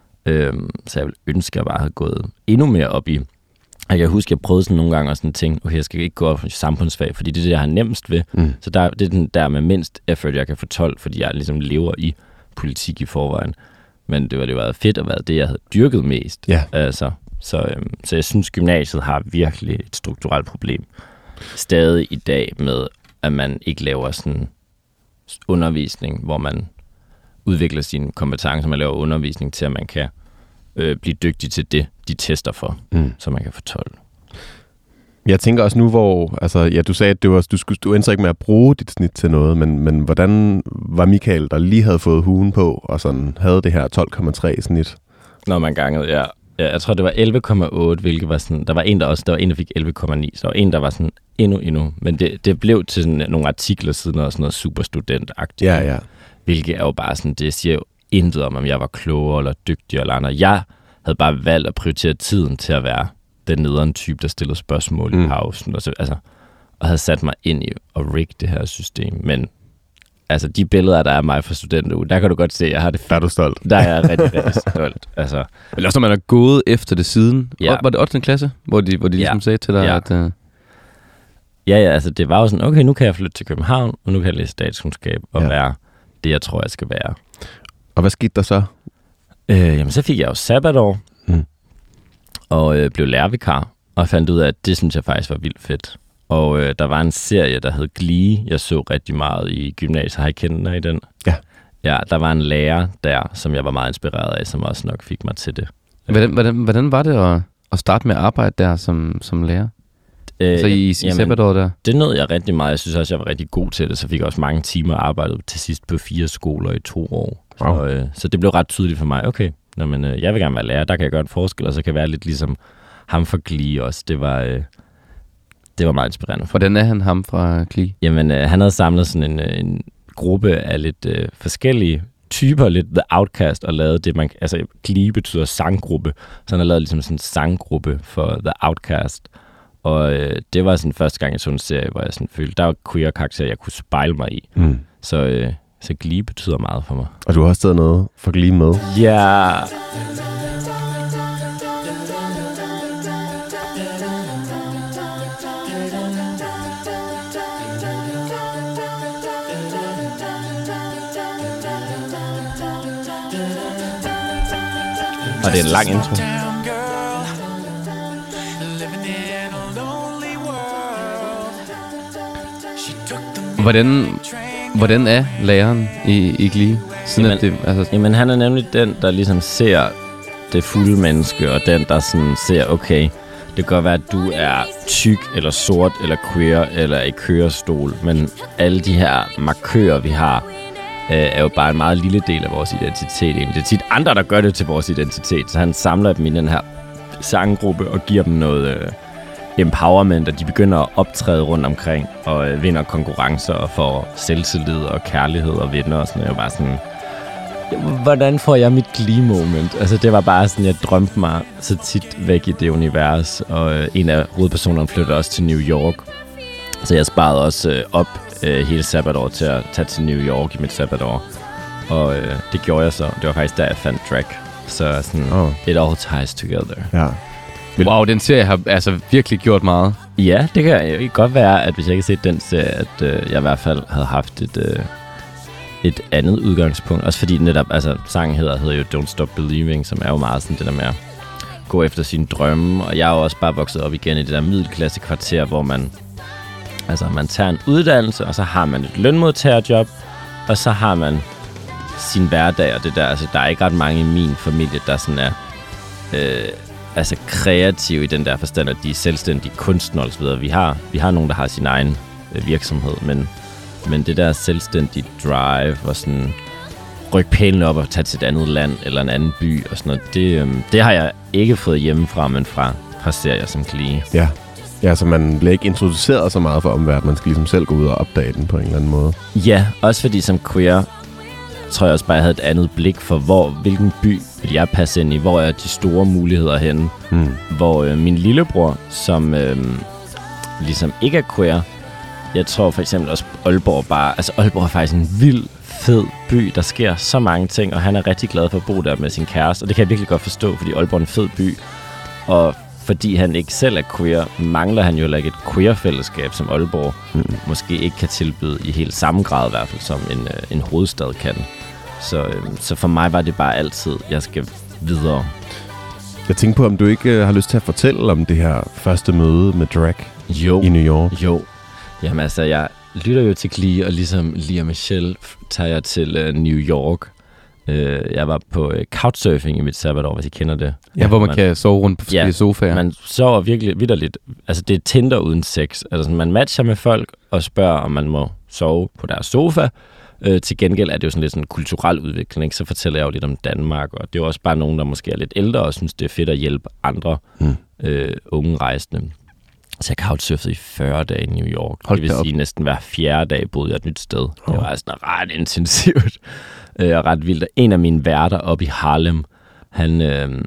Øhm, så jeg ville ønske, at jeg bare havde gået endnu mere op i. Jeg kan huske, at jeg prøvede sådan nogle gange og sådan ting, okay, jeg skal ikke gå op i samfundsfag, fordi det er det, jeg har nemmest ved. Mm. Så der, det er den der med mindst effort, jeg kan få tolv, fordi jeg ligesom lever i politik i forvejen. Men det var det var fedt at være det, jeg havde dyrket mest. Yeah. Altså, så, øhm, så jeg synes, gymnasiet har virkelig et strukturelt problem. Stadig i dag med, at man ikke laver sådan undervisning, hvor man udvikler sine kompetencer, man laver undervisning til, at man kan øh, blive dygtig til det, de tester for, mm. så man kan få tolv. Jeg tænker også nu, hvor... Altså, ja, du sagde, at det var, du, skulle, du endte ikke med at bruge dit snit til noget, men, men hvordan var Michael, der lige havde fået huen på, og sådan havde det her tolv komma tre snit? Når man gangede, ja. ja. Jeg tror, det var elleve komma otte, hvilket var sådan... Der var en, der også... Der var en, der fik elleve komma ni, så der var en, der var sådan endnu, endnu. Men det, det blev til sådan nogle artikler siden, og sådan noget superstudent-agtigt. Ja, ja. Hvilket er jo bare sådan, det siger jo intet om, om jeg var klogere eller dygtigere eller andet. Jeg havde bare valgt at prioritere tiden til at være den nederen type, der stillede spørgsmål mm. i pausen. Og, så, altså, og havde sat mig ind i at rigge det her system. Men altså de billeder, der er mig fra studenterugen, der kan du godt se, at jeg har det Der er du stolt. Der er jeg rigtig, rigtig stolt. Altså, Eller også når man er gået efter det siden. Ja. Var det ottende klasse, hvor de, hvor de ligesom Ja. sagde til dig, Ja. at... Uh... ja, ja, altså det var jo sådan, okay, nu kan jeg flytte til København, og nu kan jeg læse statskundskab og Ja. være det, jeg tror, jeg skal være. Og hvad skete der så? Øh, jamen, så fik jeg jo sabbatår, Mm. og øh, blev lærervikar, og fandt ud af, at det synes jeg faktisk var vildt fedt. Og øh, der var en serie, der hed Glee. Jeg så rigtig meget i gymnasiet. Har I kendt den i den? Ja. Ja, der var en lærer der, som jeg var meget inspireret af, som også nok fik mig til det. Hvordan, hvordan, hvordan var det at, at starte med at arbejde der som, som lærer? Øh, Så i, i sabbatåret der? Det nød jeg rigtig meget. Jeg synes også, jeg var rigtig god til det. Så fik jeg også mange timer arbejdet til sidst på fire skoler i to år. Wow. Så, øh, så det blev ret tydeligt for mig. Okay, nå, men, øh, jeg vil gerne være lærer. Der kan jeg gøre en forskel, og så kan jeg være lidt ligesom ham fra Glee også. Det var, øh, det var meget inspirerende for. Hvordan er han ham fra Glee? Jamen, øh, han havde samlet sådan en, øh, en gruppe af lidt øh, forskellige typer, lidt The Outcast, og lavet det, man... Altså, Glee betyder sanggruppe, så han har lavet ligesom sådan en sanggruppe for The Outcast. Og øh, det var sådan første gang, jeg så en serie, hvor jeg sådan følte, der var queer-karakterer, jeg kunne spejle mig i. Mm. Så, øh, så Glee betyder meget for mig. Og du har også taget noget for Glee med. Ja... Og det er en lang intro. Hvordan, hvordan er læreren i, i Glee? Sådan at det, altså, Jamen, han er nemlig den, der ligesom ser det fulde menneske, og den, der sådan ser, okay, det kan godt være, at du er tyk, eller sort, eller queer, eller i kørestol, men alle de her markører, vi har, øh, er jo bare en meget lille del af vores identitet. Det er tit andre, der gør det til vores identitet, så han samler dem i den her sanggruppe og giver dem noget øh, empowerment, og de begynder at optræde rundt omkring og øh, vinder konkurrencer og får selvtillid og kærlighed og venner og sådan noget. Jeg var bare sådan, hvordan får jeg mit Glee-moment? Altså, det var bare sådan, jeg drømte mig så tit væk i det univers, og øh, en af hovedpersonerne flyttede også til New York. Så jeg sparede også øh, op øh, hele sabbatår til at tage til New York i mit sabbatår. Og øh, det gjorde jeg så. Det var faktisk der, jeg fandt drag. Så sådan, Oh. it all ties together. Ja. wow, den serie har altså virkelig gjort meget. Ja, det kan jo godt være, at hvis jeg ikke har set den serie, at øh, jeg i hvert fald havde haft et... Øh, et andet udgangspunkt. Også fordi netop, altså sangen hedder, hedder jo Don't Stop Believing, som er jo meget sådan det der med at gå efter sine drømme. Og jeg er jo også bare vokset op igen i det der middelklasse kvarter, hvor man, altså man tager en uddannelse, og så har man et lønmodtagerjob, og så har man sin hverdag, og det der, altså der er ikke ret mange i min familie, der sådan er øh, altså kreative i den der forstand, at de er selvstændige kunstnere og så videre. Vi har, vi har nogen, der har sin egen øh, virksomhed, men Men det der selvstændige drive og sådan rykke pælen op og tage til et andet land eller en anden by og sådan noget, det, øhm, det har jeg ikke fået hjemmefra, men fra, fra serier som Glee. Ja. Ja, så man bliver ikke introduceret så meget for omverdenen. Man skal ligesom selv gå ud og opdage den på en eller anden måde. Ja, også fordi som queer, tror jeg også bare, jeg havde et andet blik for, hvor, hvilken by vil jeg passe ind i, hvor er de store muligheder henne. Mm. Hvor øh, min lillebror, som øh, ligesom ikke er queer, jeg tror for eksempel også Aalborg bare... Altså Aalborg er faktisk en vild, fed by. Der sker så mange ting, og han er rigtig glad for at bo der med sin kæreste. Og det kan jeg virkelig godt forstå, fordi Aalborg er en fed by. Og fordi han ikke selv er queer, mangler han jo heller ikke et queer-fællesskab, som Aalborg mm. måske ikke kan tilbyde i helt samme grad i hvert fald, som en, øh, en hovedstad kan. Så, øh, så for mig var det bare altid, jeg skal videre. Jeg tænker på, om du ikke øh, har lyst til at fortælle om det her første møde med drag jo. i New York. Jo. Jamen altså, jeg lytter jo til Glee, og ligesom Lea Michele tager jeg til uh, New York. Uh, jeg var på uh, couchsurfing i mit sabbatår, hvis I kender det. Ja, hvor man, man kan sove rundt på forskellige ja, sofaer. Man sover virkelig vitterligt. Altså, det er Tinder uden sex. Altså, sådan, man matcher med folk og spørger, om man må sove på deres sofa. Uh, til gengæld er det jo sådan lidt sådan en kulturel udvikling, ikke? Så fortæller jeg jo lidt om Danmark, og det er jo også bare nogen, der måske er lidt ældre og synes, det er fedt at hjælpe andre mm. uh, unge rejsende. Så jeg couchsurfede i fyrre dage i New York. Hold det vil sige, næsten hver fjerde dag boede jeg et nyt sted. Oh. Det var sådan ret intensivt øh, og ret vildt. En af mine værter oppe i Harlem, han, øh,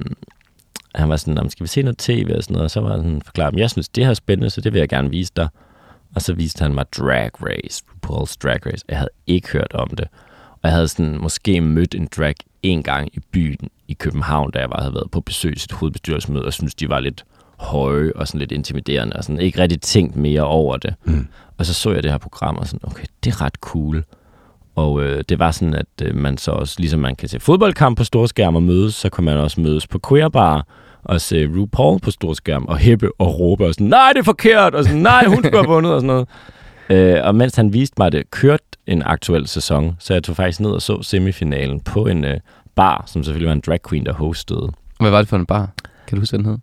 han var sådan, skal vi se noget tv og sådan noget? Og så var han forklaret, jeg synes, det her er spændende, så det vil jeg gerne vise dig. Og så viste han mig Drag Race, RuPaul's Drag Race. Jeg havde ikke hørt om det. Og jeg havde sådan måske mødt en drag en gang i byen i København, da jeg var, havde været på besøg til et hovedbestyrelsesmøde, og synes de var lidt høje og sådan lidt intimiderende, og sådan ikke rigtig tænkt mere over det. Mm. Og så så jeg det her program, og sådan, okay, det er ret cool. Og øh, det var sådan, at øh, man så også, ligesom man kan se fodboldkamp på storskærm og mødes, så kan man også mødes på queerbar og se RuPaul på storskærm og hæppe og råbe og sådan, nej, det er forkert, og sådan, nej, hun skulle have vundet, og sådan noget. Øh, og mens han viste mig det, kørte en aktuel sæson, så jeg tog faktisk ned og så semifinalen på en øh, bar, som selvfølgelig var en drag queen, der hostede. Hvad var det for en bar? Kan du huske, den hed?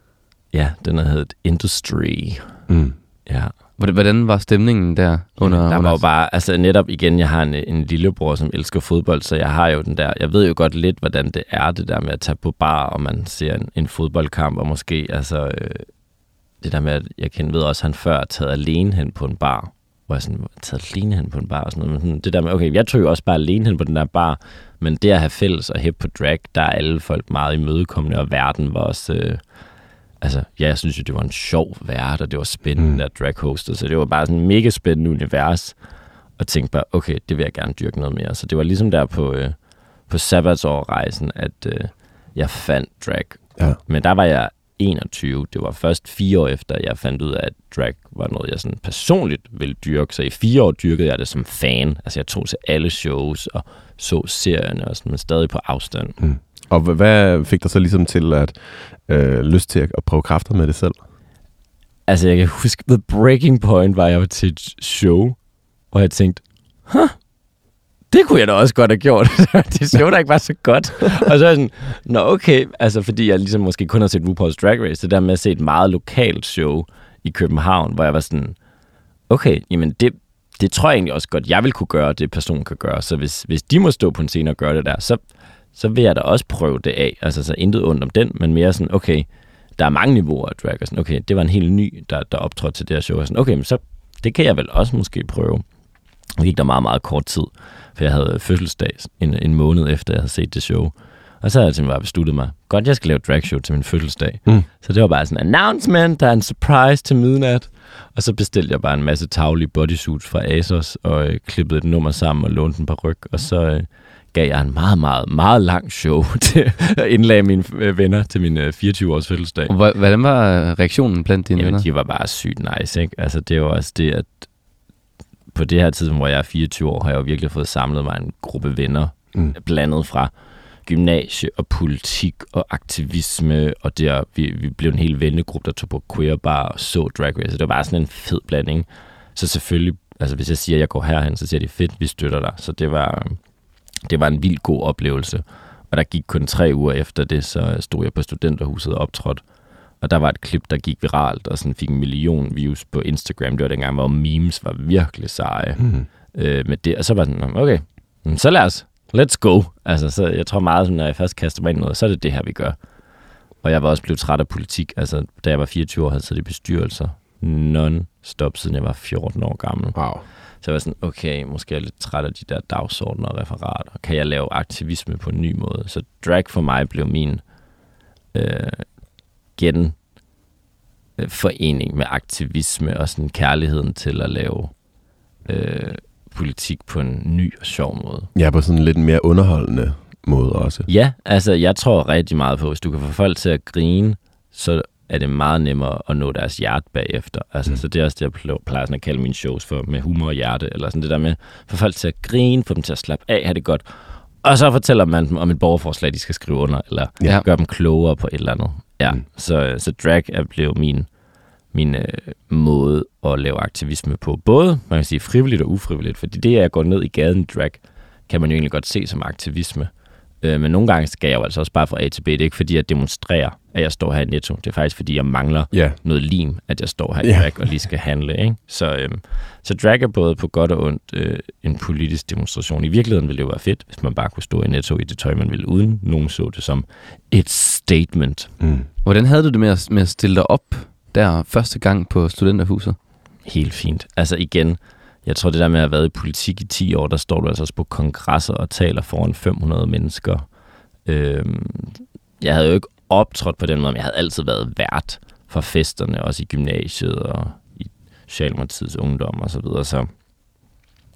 Ja, den hed Industry. Mm. Ja. Hvordan var stemningen der under? Ja, der under... var jo bare, altså netop igen, jeg har en, en lillebror, som elsker fodbold, så jeg har jo den der, jeg ved jo godt lidt, hvordan det er, det der med at tage på bar, og man ser en, en fodboldkamp, og måske, altså, øh, det der med, at jeg kender ved også, han før taget alene hen på en bar, hvor jeg sådan, taget alene hen på en bar, og sådan noget, men sådan, det der med, okay, jeg tog jo også bare alene hen på den der bar, men det at have fælles og hæppe på drag, der er alle folk meget imødekommende, og verden var også... Øh, Altså, ja, jeg synes jo, det var en sjov vært, og det var spændende, mm. der drag-hostet, så det var bare sådan en mega spændende univers, og tænkte bare, okay, det vil jeg gerne dyrke noget mere. Så det var ligesom der på, øh, på sabbatsårrejsen, at øh, jeg fandt drag. Ja. Men der var jeg enogtyve. Det var først fire år efter, jeg fandt ud af, at drag var noget, jeg sådan personligt ville dyrke. Så i fire år dyrkede jeg det som fan. Altså, jeg tog til alle shows og så serierne, og sådan, men stadig på afstand. Mm. Og hvad fik dig så ligesom til at øh, lyst til at, at prøve kræfter med det selv? Altså, jeg kan huske, the breaking point var, jeg var til et show, og jeg tænkte, huh, det kunne jeg da også godt have gjort. Det show, der ikke var så godt. Og så er jeg sådan, nå okay, altså fordi jeg ligesom måske kun har set RuPaul's Drag Race, det der med at se et meget lokalt show i København, hvor jeg var sådan, okay, jamen det, det tror jeg egentlig også godt, jeg vil kunne gøre, det personen kan gøre. Så hvis, hvis de må stå på en scene og gøre det der, så så vil jeg da også prøve det af. Altså, så intet ondt om den, men mere sådan, okay, der er mange niveauer af drag, og sådan, okay, det var en helt ny, der, der optrådte til det her show, og sådan, okay, men så, det kan jeg vel også måske prøve. Det gik der meget, meget kort tid, for jeg havde fødselsdag en, en måned efter, jeg havde set det show. Og så havde jeg simpelthen bare besluttet mig, godt, jeg skal lave drag show til min fødselsdag. Mm. Så det var bare sådan en announcement, der er en surprise til midnat. Og så bestilte jeg bare en masse taglige bodysuits fra ASOS, og øh, klippede et nummer sammen og lånte en paryk, og så... Øh, gav jeg en meget, meget, meget lang show til at indlage mine venner til min fireogtyve-års fødselsdag. Hvordan var reaktionen blandt dine Jamen, venner? De var bare sygt nice, ikke? Altså, det er jo også det, at på det her tidspunkt, hvor jeg er fireogtyve år, har jeg jo virkelig fået samlet mig en gruppe venner, mm. blandet fra gymnasie og politik og aktivisme, og der, vi, vi blev en hel vennegruppe, der tog på queerbar og så Drag Race. Det var bare sådan en fed blanding. Så selvfølgelig, altså hvis jeg siger, at jeg går herhen, så siger de, fedt, vi støtter dig. Så det var... Det var en vildt god oplevelse, og der gik kun tre uger efter det, så stod jeg på Studenterhuset og optrådte. Og der var et klip, der gik viralt, og sådan fik en million views på Instagram. Det var dengang, hvor memes var virkelig seje mm. øh, med det. Og så var sådan, okay, så lad os, let's go. Altså, så jeg tror meget, når jeg først kaster mig ind i noget, så er det det her, vi gør. Og jeg var også blevet træt af politik. Altså, da jeg var fireogtyve år, havde jeg siddet i bestyrelser non-stop, siden jeg var fjorten år gammel. Wow. Så jeg var sådan, okay, måske er jeg lidt træt af de der dagsordner og referater. Kan jeg lave aktivisme på en ny måde? Så drag for mig blev min øh, gen øh, forening med aktivisme og sådan kærligheden til at lave øh, politik på en ny og sjov måde. Ja, på sådan en lidt mere underholdende måde også. Ja, altså jeg tror rigtig meget på, hvis du kan få folk til at grine, så er det meget nemmere at nå deres hjerte bagefter. Altså, mm. Så det er også det, jeg plejer sådan at kalde mine shows for, med humor og hjerte, eller sådan det der med, få folk til at grine, få dem til at slappe af, have det godt, og så fortæller man dem om et borgerforslag, de skal skrive under, eller ja. Gøre dem klogere på et eller andet. Ja, mm. så, så drag er blevet min, min øh, måde at lave aktivisme på. Både, man kan sige, frivilligt og ufrivilligt, fordi det, at jeg går ned i gaden drag, kan man jo egentlig godt se som aktivisme. Øh, men nogle gange skal jeg jo altså også bare fra A til B. Det er ikke fordi, jeg demonstrerer, at jeg står her i Netto. Det er faktisk fordi, jeg mangler yeah. noget lim, at jeg står her i drag yeah. og lige skal handle. Ikke? Så, øh, så drag er både på godt og ondt øh, en politisk demonstration. I virkeligheden ville det jo være fedt, hvis man bare kunne stå i Netto i det tøj, man ville, uden nogen så det som et statement. Mm. Hvordan havde du det med at, med at stille dig op der første gang på Studenterhuset? Helt fint. Altså igen, jeg tror det der med at have været i politik i ti år, der står du altså også på kongresser og taler foran fem hundrede mennesker. Øhm, jeg havde jo ikke optrådt på den måde, men jeg havde altid været vært for festerne, også i gymnasiet og i Socialdemokratiets ungdom og så videre. Så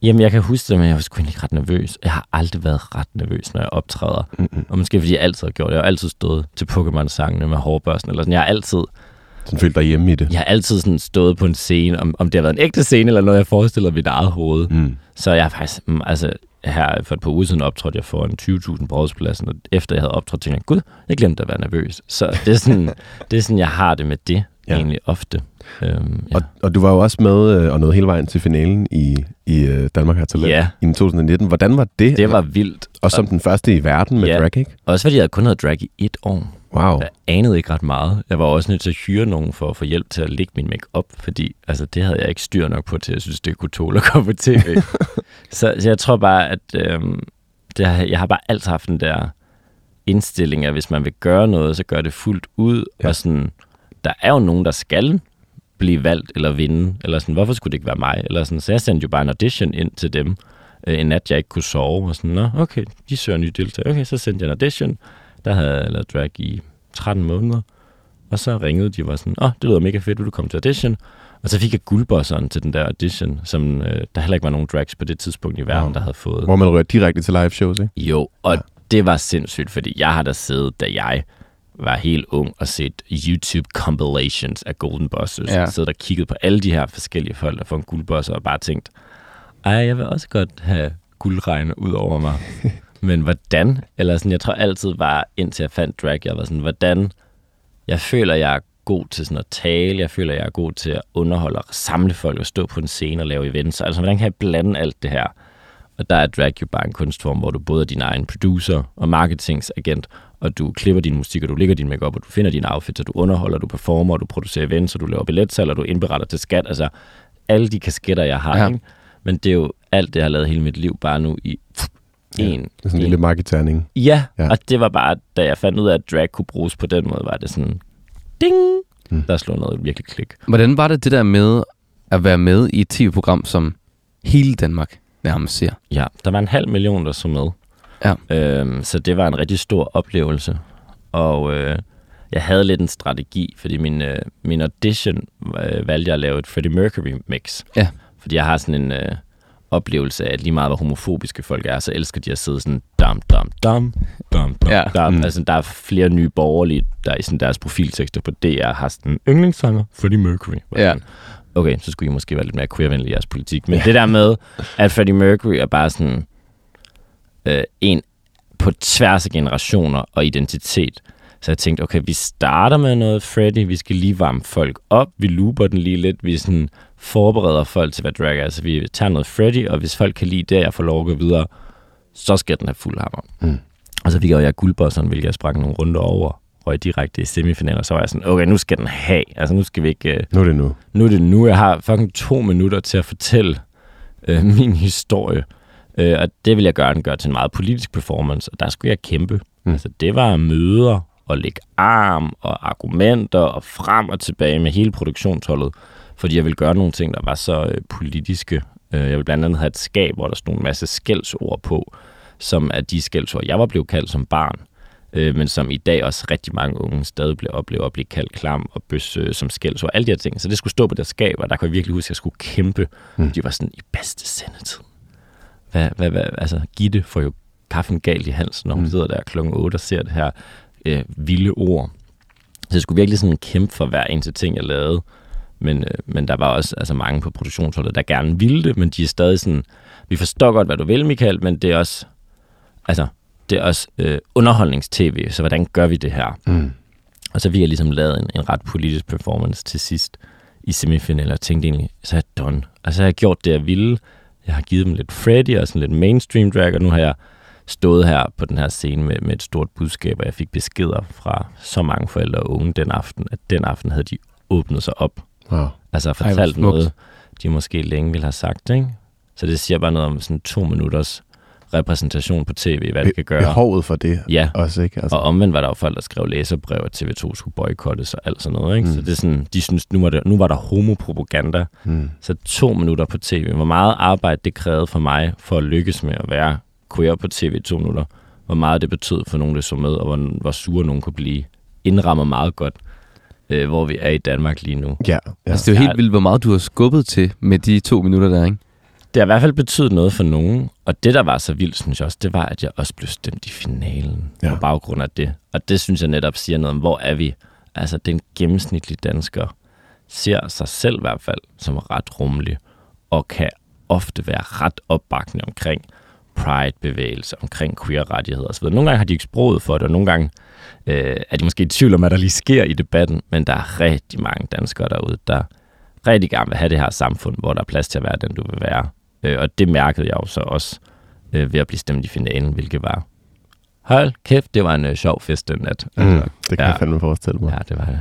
Jamen, jeg kan huske det, men jeg var sgu egentlig ikke ret nervøs. Jeg har aldrig været ret nervøs, når jeg optræder. Mm-hmm. Og måske fordi jeg altid har gjort det. Jeg har altid stået til Pokémon-sangene med hårbørsten. Eller sådan. Jeg har altid... Sådan følt dig hjemme i det. Jeg har altid sådan stået på en scene, om, om det har været en ægte scene, eller noget, jeg forestiller mit eget hoved. Mm. Så jeg har faktisk... Altså, her for et par uger siden optrådte jeg foran tyve tusind på Rådhuspladsen, og efter jeg havde optrådt, tænkte jeg, gud, jeg glemte at være nervøs. Så det er sådan, det er sådan jeg har det med det, ja. Egentlig ofte. Øhm, ja. og, og du var jo også med øh, og nåede hele vejen til finalen i, i øh, Danmark har talent ja. i to tusind nitten. Hvordan var det? Det var vildt. Også som den første i verden med ja. drag, ikke? Også fordi jeg kun havde drag i et år. Wow. Jeg anede ikke ret meget. Jeg var også nødt til at hyre nogen for at få hjælp til at lægge min make-up, fordi altså, det havde jeg ikke styr nok på til, jeg synes, det kunne tåle at komme på tv. så, så jeg tror bare, at øhm, det har, jeg har bare altid haft den der indstilling, at hvis man vil gøre noget, så gør det fuldt ud. Ja. Og sådan, der er jo nogen, der skal blive valgt eller vinde, eller sådan, hvorfor skulle det ikke være mig? Eller sådan, så jeg sendte jo bare en audition ind til dem, øh, en nat, jeg ikke kunne sove, og sådan, nå, okay, de søger nye deltagere. Okay, så sendte jeg en audition. Der havde jeg lavet drag i tretten måneder, og så ringede de og var sådan, åh, oh, det lyder mega fedt, vil du komme til audition? Og så fik jeg guldbosseren til den der audition, som øh, der heller ikke var nogen drags på det tidspunkt i verden, wow. der havde fået. Hvor man rører direkte til live shows, ikke? Jo, og ja. Det var sindssygt, fordi jeg har da siddet, da jeg var helt ung og set YouTube compilations af Golden Bosses. Ja. Siddet og kigget på alle de her forskellige folk, der får en guldbosser, og bare tænkt, ej, jeg vil også godt have guldregn ud over mig. Men hvordan? Eller sådan, jeg tror altid var, indtil jeg fandt drag, jeg var sådan, hvordan? Jeg føler, jeg er god til sådan at tale, jeg føler, jeg er god til at underholde og samle folk og stå på en scene og lave events. Altså, hvordan kan jeg blande alt det her? Og der er drag jo bare en kunstform, hvor du både er din egen producer og marketingsagent, og du klipper din musik, og du lægger din makeup, og du finder dine outfits, og du underholder, du performer, og du producerer events, og du laver billetsalg, og du indberetter til skat. Altså, alle de kasketter, jeg har, ja. Ikke? Men det er jo alt det, jeg har lavet hele mit liv, bare nu i en. Ja, det er sådan en lille marketerning. Ja, ja, og det var bare, da jeg fandt ud af, at drag kunne bruges på den måde, var det sådan, ding, mm. der slog noget virkelig klik. Hvordan var det det der med at være med i et tv-program, som hele Danmark nærmest ser? Ja, der var en halv million, der så med. Ja. Øhm, så det var en rigtig stor oplevelse. Og øh, jeg havde lidt en strategi, fordi min, øh, min audition øh, valgte jeg at lave et Freddie Mercury mix. Ja. Fordi jeg har sådan en øh, oplevelse af, at lige meget hvor homofobiske folk er, så elsker de at sidde sådan dam, dam, dam, dam, dam, ja. dam. Mm. Altså, der er flere nye borgerlige, der i sådan deres profiltekster på D R har sådan yndlingssanger Freddie Mercury. Ja. Okay, så skulle I måske være lidt mere queervenlige i jeres politik. Men det der med, at Freddie Mercury er bare sådan øh, en på tværs af generationer og identitet. Så jeg tænkte, okay, vi starter med noget Freddie, vi skal lige varme folk op, vi looper den lige lidt, vi sådan forbereder folk til, hvad drag er. Altså vi tager noget Freddie, og hvis folk kan lide det, jeg får lov at gå videre, så skal den have fuld hammer. Mm. Og så fik jeg jo guldbosseren, hvilket jeg sprang nogle runder over, røg direkte i semifinaler, så var jeg sådan, okay, nu skal den have. Altså nu skal vi ikke... Uh, nu er det nu. Nu er det nu. Jeg har fucking to minutter til at fortælle uh, min historie. Uh, og det vil jeg gerne gøre til en meget politisk performance, og der skulle jeg kæmpe. Mm. Altså det var møder og lægge arm og argumenter og frem og tilbage med hele produktionsholdet, fordi jeg ville gøre nogle ting, der var så uh, politiske. Uh, jeg ville blandt andet have et skab, hvor der stod en masse skældsord på, som er de skældsord, jeg var blevet kaldt som barn. Øh, men som i dag også rigtig mange unge stadig bliver oplever at blive kaldt klam og bøs øh, som skældsord, alle de her ting. Så det skulle stå på det skab, og der kunne jeg virkelig huske, at jeg skulle kæmpe. Mm. De var sådan, i bedste sendetid. Hvad, hvad, hvad, altså, Gitte får jo kaffen galt i halsen, når hun mm. sidder der klokken otte og ser det her øh, vilde ord. Så jeg skulle virkelig sådan kæmpe for hver eneste ting, jeg lavede. Men, øh, men der var også altså, mange på produktionsholdet, der gerne ville det, men de er stadig sådan, vi forstår godt, hvad du vil, Michael, men det er også, altså, det er også øh, underholdnings-tv, så hvordan gør vi det her? Mm. Og så vi har ligesom lavet en, en ret politisk performance til sidst i semifinaler, og tænkte egentlig, så er jeg done. Altså jeg har gjort det, jeg ville. Jeg har givet dem lidt Freddie og sådan lidt mainstream drag, og nu har jeg stået her på den her scene med, med et stort budskab, og jeg fik beskeder fra så mange forældre og unge den aften, at den aften havde de åbnet sig op. Wow. Altså fortalt Ej, noget, de måske længe ville have sagt, ikke? Så det siger bare noget om sådan to minutters repræsentation på tv, hvad det kan gøre. Behovet for det ja. også, ikke? Altså. Og omvendt var der jo folk, der skrev læserbrev, at T V to skulle boykottes og alt sådan noget, ikke? Mm. Så det er sådan, de synes, nu var, det, nu var der homopropaganda. Mm. Så to minutter på tv. Hvor meget arbejde det krævede for mig, for at lykkes med at være queer på tv i to minutter. Hvor meget det betød for nogen, der så med, og hvor, hvor sure nogen kunne blive. Indrammer meget godt, øh, hvor vi er i Danmark lige nu. Ja, ja. Altså, det er jo helt vildt, hvor meget du har skubbet til med de to minutter der, ikke? det har i hvert fald betydet noget for nogen. Og det, der var så vildt, synes jeg også, det var, at jeg også blev stemt i finalen ja. På baggrund af det. Og det synes jeg netop siger noget om, hvor er vi? Altså, den gennemsnitlige dansker ser sig selv i hvert fald som ret rummelig, og kan ofte være ret opbakkende omkring pride-bevægelser, omkring queer-rettigheder osv. Nogle gange har de ikke sproget for det, og nogle gange øh, er de måske i tvivl om, hvad der lige sker i debatten, men der er rigtig mange danskere derude, der rigtig gerne vil have det her samfund, hvor der er plads til at være den, du vil være. Øh, og det mærkede jeg jo så også øh, ved at blive stemt i finalen, hvilket var, hold kæft, det var en øh, sjov fest den nat. Mm, altså, det kan ja. jeg fandme forestille mig. Ja, det var det.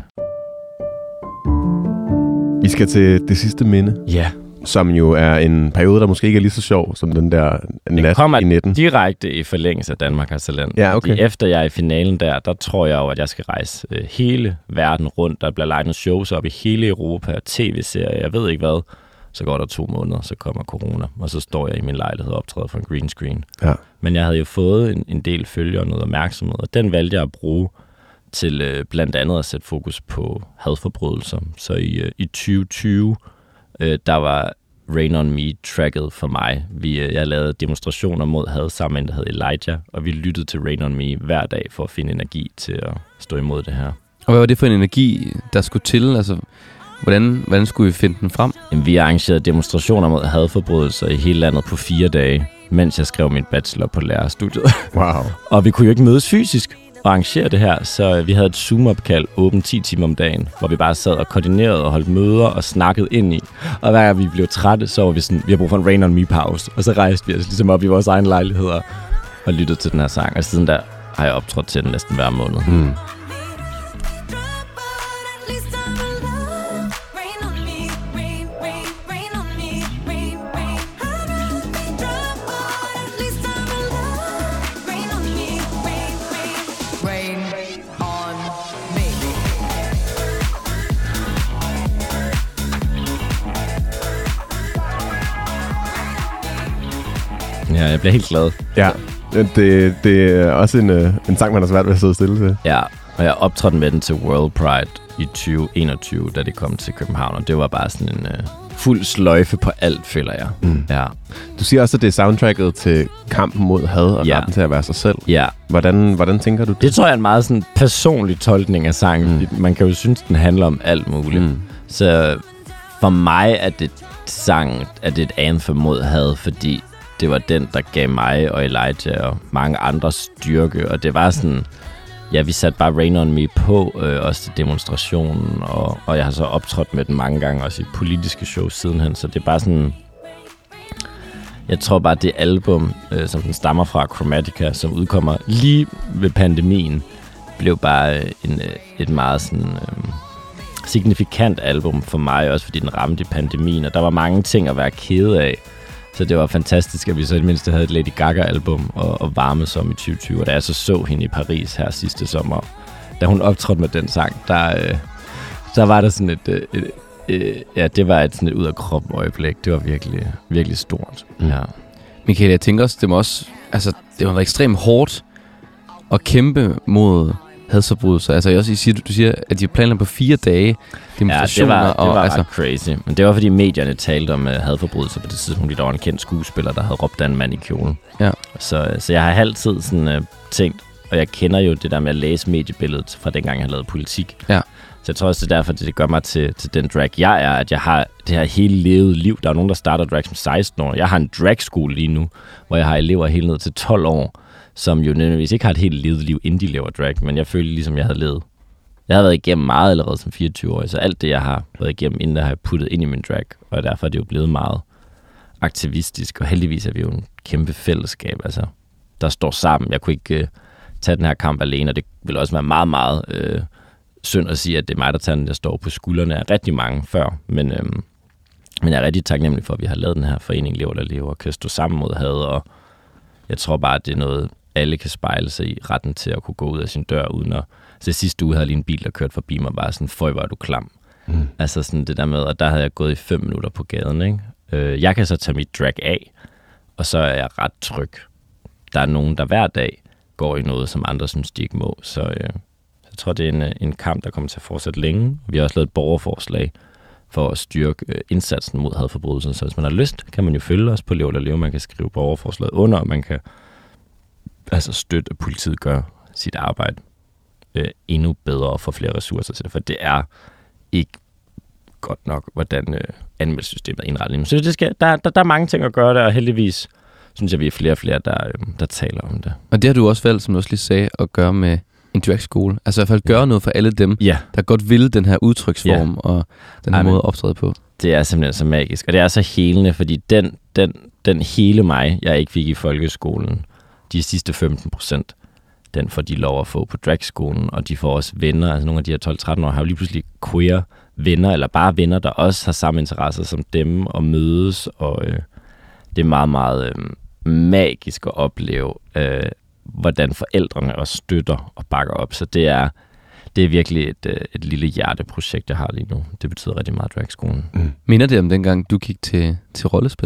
Vi skal til det sidste minde. Ja. Som jo er en periode, der måske ikke er lige så sjov som den der nat det kommer i nitten. Direkte i forlængelse af Danmark har talent. Ja, okay. Fordi efter jeg er i finalen der, der tror jeg jo, at jeg skal rejse øh, hele verden rundt. Der bliver legnet shows op i hele Europa, tv-serier, jeg ved ikke hvad. Så går der to måneder, så kommer corona, og så står jeg i min lejlighed og optræder for en green screen. Ja. Men jeg havde jo fået en, en del følgere og noget opmærksomhed, og den valgte jeg at bruge til øh, blandt andet at sætte fokus på hadforbrydelser. Så i, øh, i tyve tyve, øh, der var Rain On Me tracket for mig. Vi, øh, jeg lavede demonstrationer mod had sammen med en, der hed Elijah, og vi lyttede til Rain On Me hver dag for at finde energi til at stå imod det her. Og hvad var det for en energi, der skulle til? Altså, hvordan, hvordan skulle vi finde den frem? Jamen, vi arrangerede demonstrationer mod hadforbrydelser i hele landet på fire dage, mens jeg skrev min bachelor på lærerstudiet. Wow. Og vi kunne jo ikke mødes fysisk og arrangere det her, så vi havde et Zoom-opkald åbent ti timer om dagen, hvor vi bare sad og koordinerede og holdt møder og snakkede ind i. Og hver gang vi blev trætte, så var vi sådan, vi har brug for en Rain On Me-pause. Og så rejste vi os ligesom op i vores egen lejligheder og lyttede til den her sang. Og siden der har jeg optrådt til den næsten hver måned. Mm. Ja, jeg bliver helt glad. Ja, det, det er også en, en sang, man har svært ved at sidde stille til. Ja, og jeg optrådte med den til World Pride i tyve enogtyve, da det kom til København, og det var bare sådan en uh, fuld sløjfe på alt, føler jeg. Mm. Ja. Du siger også, at det er soundtracket til kampen mod had og ja. retten til at være sig selv. Ja. Hvordan, hvordan tænker du det? Det tror jeg er en meget sådan personlig tolkning af sangen. Mm. Man kan jo synes, den handler om alt muligt. Mm. Så for mig er det sang, at det er et anthem mod had, fordi det var den, der gav mig og Elijah og mange andre styrke. Og det var sådan, ja, vi satte bare Rain On Me på, øh, også til demonstrationen. Og, og jeg har så optrådt med den mange gange, også i politiske shows sidenhen. Så det er bare sådan, jeg tror bare, det album, øh, som den stammer fra, Chromatica, som udkommer lige ved pandemien, blev bare en, et meget sådan øh, signifikant album for mig, også fordi den ramte i pandemien. Og der var mange ting at være kede af. Så det var fantastisk, at vi så i det mindste havde et Lady Gaga-album og, og varme som i tyve tyve. Og da jeg så så hende i Paris her sidste sommer, da hun optrådte med den sang, der, øh, der var der sådan et, et, et, et... Ja, det var et sådan et ud-af-kroppen øjeblik. Det var virkelig, virkelig stort. Mm. Ja. Michael, jeg tænker også, det må også... Altså, det må være ekstremt hårdt at kæmpe mod hadforbrydelser. Altså, jeg også, I siger, du siger, at de planer på fire dage demonstrationer. Ja, det var, det var og, altså, altså, crazy. Men det var, fordi medierne talte om uh, hadforbrydelser på det tidspunkt. Der var en kendt skuespiller, der havde råbt af en mand i kjolen. Ja. Så, så jeg har altid sådan, uh, tænkt, og jeg kender jo det der med at læse mediebilledet fra dengang, jeg har lavet politik. Ja. Så jeg tror også, det er derfor, det, det gør mig til, til den drag, jeg er, at jeg har det her hele levet liv. Der er nogen, der starter drag som seksten år. Jeg har en dragskole lige nu, hvor jeg har elever helt ned til tolv år, som jo nødvendigvis ikke har et helt levet liv, inden de laver drag, men jeg føler ligesom, jeg havde levet. Jeg har været igennem meget allerede som fireogtyve-årig, så alt det, jeg har været igennem, inden der har jeg puttet ind i min drag, og derfor er det jo blevet meget aktivistisk, og heldigvis er vi jo en kæmpe fællesskab, altså, der står sammen. Jeg kunne ikke uh, tage den her kamp alene, og det vil også være meget, meget øh, synd at sige, at det er mig, der tager den, der står på skuldrene af rigtig mange før, men, øh, men jeg er rigtig taknemmelig for, at vi har lavet den her forening Lever der Lever, og kan stå sammen mod had, og jeg tror bare, at det er noget, alle kan spejle sig i, retten til at kunne gå ud af sin dør, uden at... Så sidste uge havde jeg lige en bil, der kørte forbi mig, bare sådan, føj, hvor er du klam. Mm. Altså sådan det der med, og der havde jeg gået i fem minutter på gaden, ikke? Øh, jeg kan så tage mit drag af, og så er jeg ret tryg. Der er nogen, der hver dag går i noget, som andre synes, de ikke må. Så øh, jeg tror, det er en, en kamp, der kommer til at fortsætte længe. Vi har også lavet et borgerforslag for at styrke øh, indsatsen mod hadforbrydelser. Så hvis man har lyst, kan man jo følge os på Lev eller Leve. Man kan skrive borgerforslaget under, og man kan altså støtte, at politiet gør sit arbejde øh, endnu bedre og få flere ressourcer til det. For det er ikke godt nok, hvordan øh, anmeldelsesystemet er indrettet. Så det skal, der, der, der er mange ting at gøre der, og heldigvis synes jeg, vi er flere og flere, der, øh, der taler om det. Og det har du også valgt, som du også lige sagde, at gøre med en dragskole. Altså i hvert fald gøre noget for alle dem, ja. der godt vil den her udtryksform ja. og den her Ej, måde at optræde på. Det er simpelthen så magisk, og det er så helende, fordi den, den, den hele mig, jeg ikke fik i folkeskolen, de sidste femten procent, den får de lov at få på dragskolen, og de får også venner, altså nogle af de her tolv tretten år har jo lige pludselig queer venner, eller bare venner, der også har samme interesser som dem, og mødes, og øh, det er meget, meget øh, magisk at opleve, øh, hvordan forældrene også støtter og bakker op, så det er, det er virkelig et, øh, et lille hjerteprojekt, jeg har lige nu. Det betyder rigtig meget dragskolen. Mm. Minder det om dengang, du gik til, til rollespil?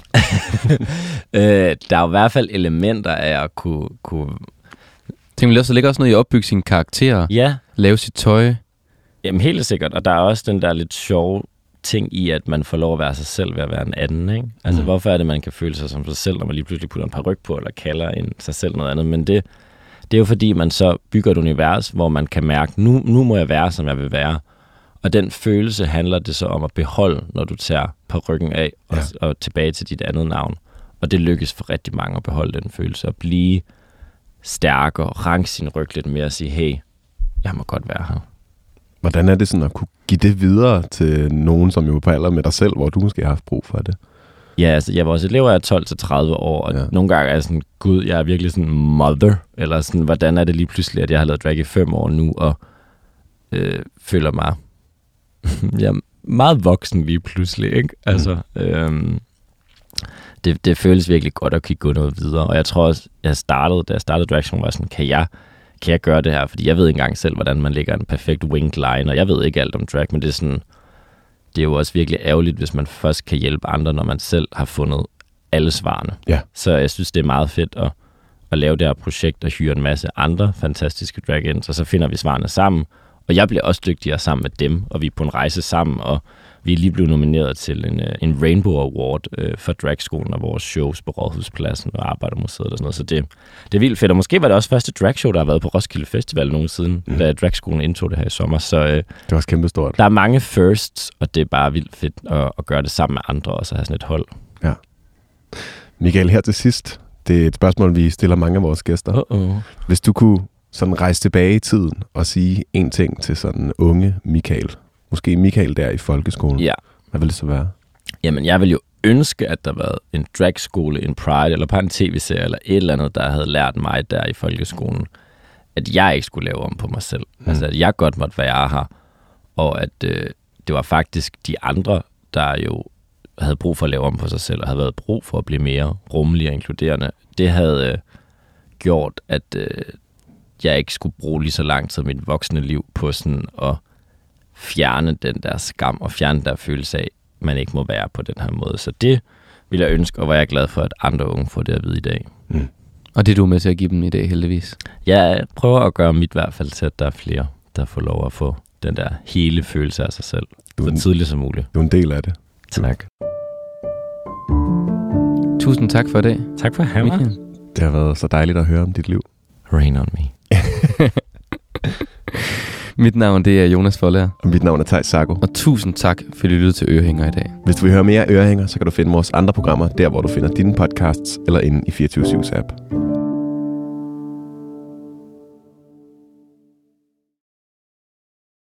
øh, der er jo i hvert fald elementer af at kunne... kunne Tænk mig, så ligger også noget i at opbygge sine karakterer, ja. Lave sit tøj. Jamen helt sikkert, og der er også den der lidt sjove ting i, at man får lov at være sig selv ved at være en anden, ikke? Altså, mm. hvorfor er det, man kan føle sig som sig selv, når man lige pludselig putter en paryk på, eller kalder en sig selv noget andet? Men det, det er jo fordi, man så bygger et univers, hvor man kan mærke, nu, nu må jeg være, som jeg vil være. Og den følelse handler det så om at beholde, når du tager parykken af, og, ja. og tilbage til dit andet navn. Og det lykkes for rigtig mange at beholde den følelse, og blive stærkere, ranke sin ryg lidt mere og sige, hey, jeg må godt være her. Hvordan er det sådan at kunne give det videre til nogen, som jo er på alder med dig selv, hvor du måske har haft brug for det? Ja, altså, jeg var også elev af tolv til tredive år, og ja. nogle gange er jeg sådan, gud, jeg er virkelig sådan mother, eller sådan, hvordan er det lige pludselig, at jeg har lavet drag i fem år nu, og øh, føler mig jeg er meget voksen lige pludselig, ikke? Altså, mm. øhm, det, det føles virkelig godt at kigge noget videre, og jeg tror også, jeg startede, da jeg startede drag, var sådan, kan jeg kan jeg gøre det her? Fordi jeg ved ikke engang selv, hvordan man lægger en perfekt winged line, og jeg ved ikke alt om drag, men det er sådan, det er jo også virkelig ærgerligt, hvis man først kan hjælpe andre, når man selv har fundet alle svarene. Ja. Så jeg synes, det er meget fedt at, at lave det her projekt og hyre en masse andre fantastiske drag-ins, og så finder vi svarene sammen, og jeg bliver også dygtigere sammen med dem, og vi er på en rejse sammen, og vi er lige blevet nomineret til en, en Rainbow Award øh, for dragskolen og vores shows på Rådhuspladsen og Arbejdermuseet og sådan noget. Så det, det er vildt fedt. Og måske var det også første dragshow, der har været på Roskilde Festival nogensinde, mm. da dragskolen indtog det her i sommer. Så øh, det var også kæmpestort. Der er mange firsts, og det er bare vildt fedt at, at gøre det sammen med andre og så have sådan et hold. Ja. Michael, her til sidst, det er et spørgsmål, vi stiller mange af vores gæster. Uh-oh. Hvis du kunne sådan rejse tilbage i tiden og sige en ting til sådan unge Michael, måske Michael der i folkeskolen. Ja. Hvad vil det så være? Jamen, jeg vil jo ønske, at der var en dragskole, en Pride, eller bare en tv-serie, eller et eller andet, der havde lært mig der i folkeskolen, at jeg ikke skulle lave om på mig selv. Mm. Altså, at jeg godt måtte være her, og at øh, det var faktisk de andre, der jo havde brug for at lave om på sig selv, og havde været brug for at blive mere rummelig og inkluderende. Det havde øh, gjort, at øh, jeg ikke skulle bruge lige så lang tid af mit voksne liv på sådan at fjerne den der skam og fjerne den der følelse af, at man ikke må være på den her måde. Så det vil jeg ønske, og hvor jeg er glad for, at andre unge får det at vide i dag. Mm. Og det er du med til at give dem i dag, heldigvis? Jeg prøver at gøre mit i hvert fald til, at der er flere, der får lov at få den der hele følelse af sig selv, så tidligt som muligt. Du er en del af det. Tak. Tusind tak for i dag. Tak for at have mig. Det har været så dejligt at høre om dit liv. Rain on me. Mit navn, det er Jonas Foldager. Og mit navn er Theis Sago. Og tusind tak, fordi du lyttede til Ørehænger i dag. Hvis du vil høre mere Ørehænger, så kan du finde vores andre programmer, der hvor du finder dine podcasts, eller inde i fireogtyve syv's app.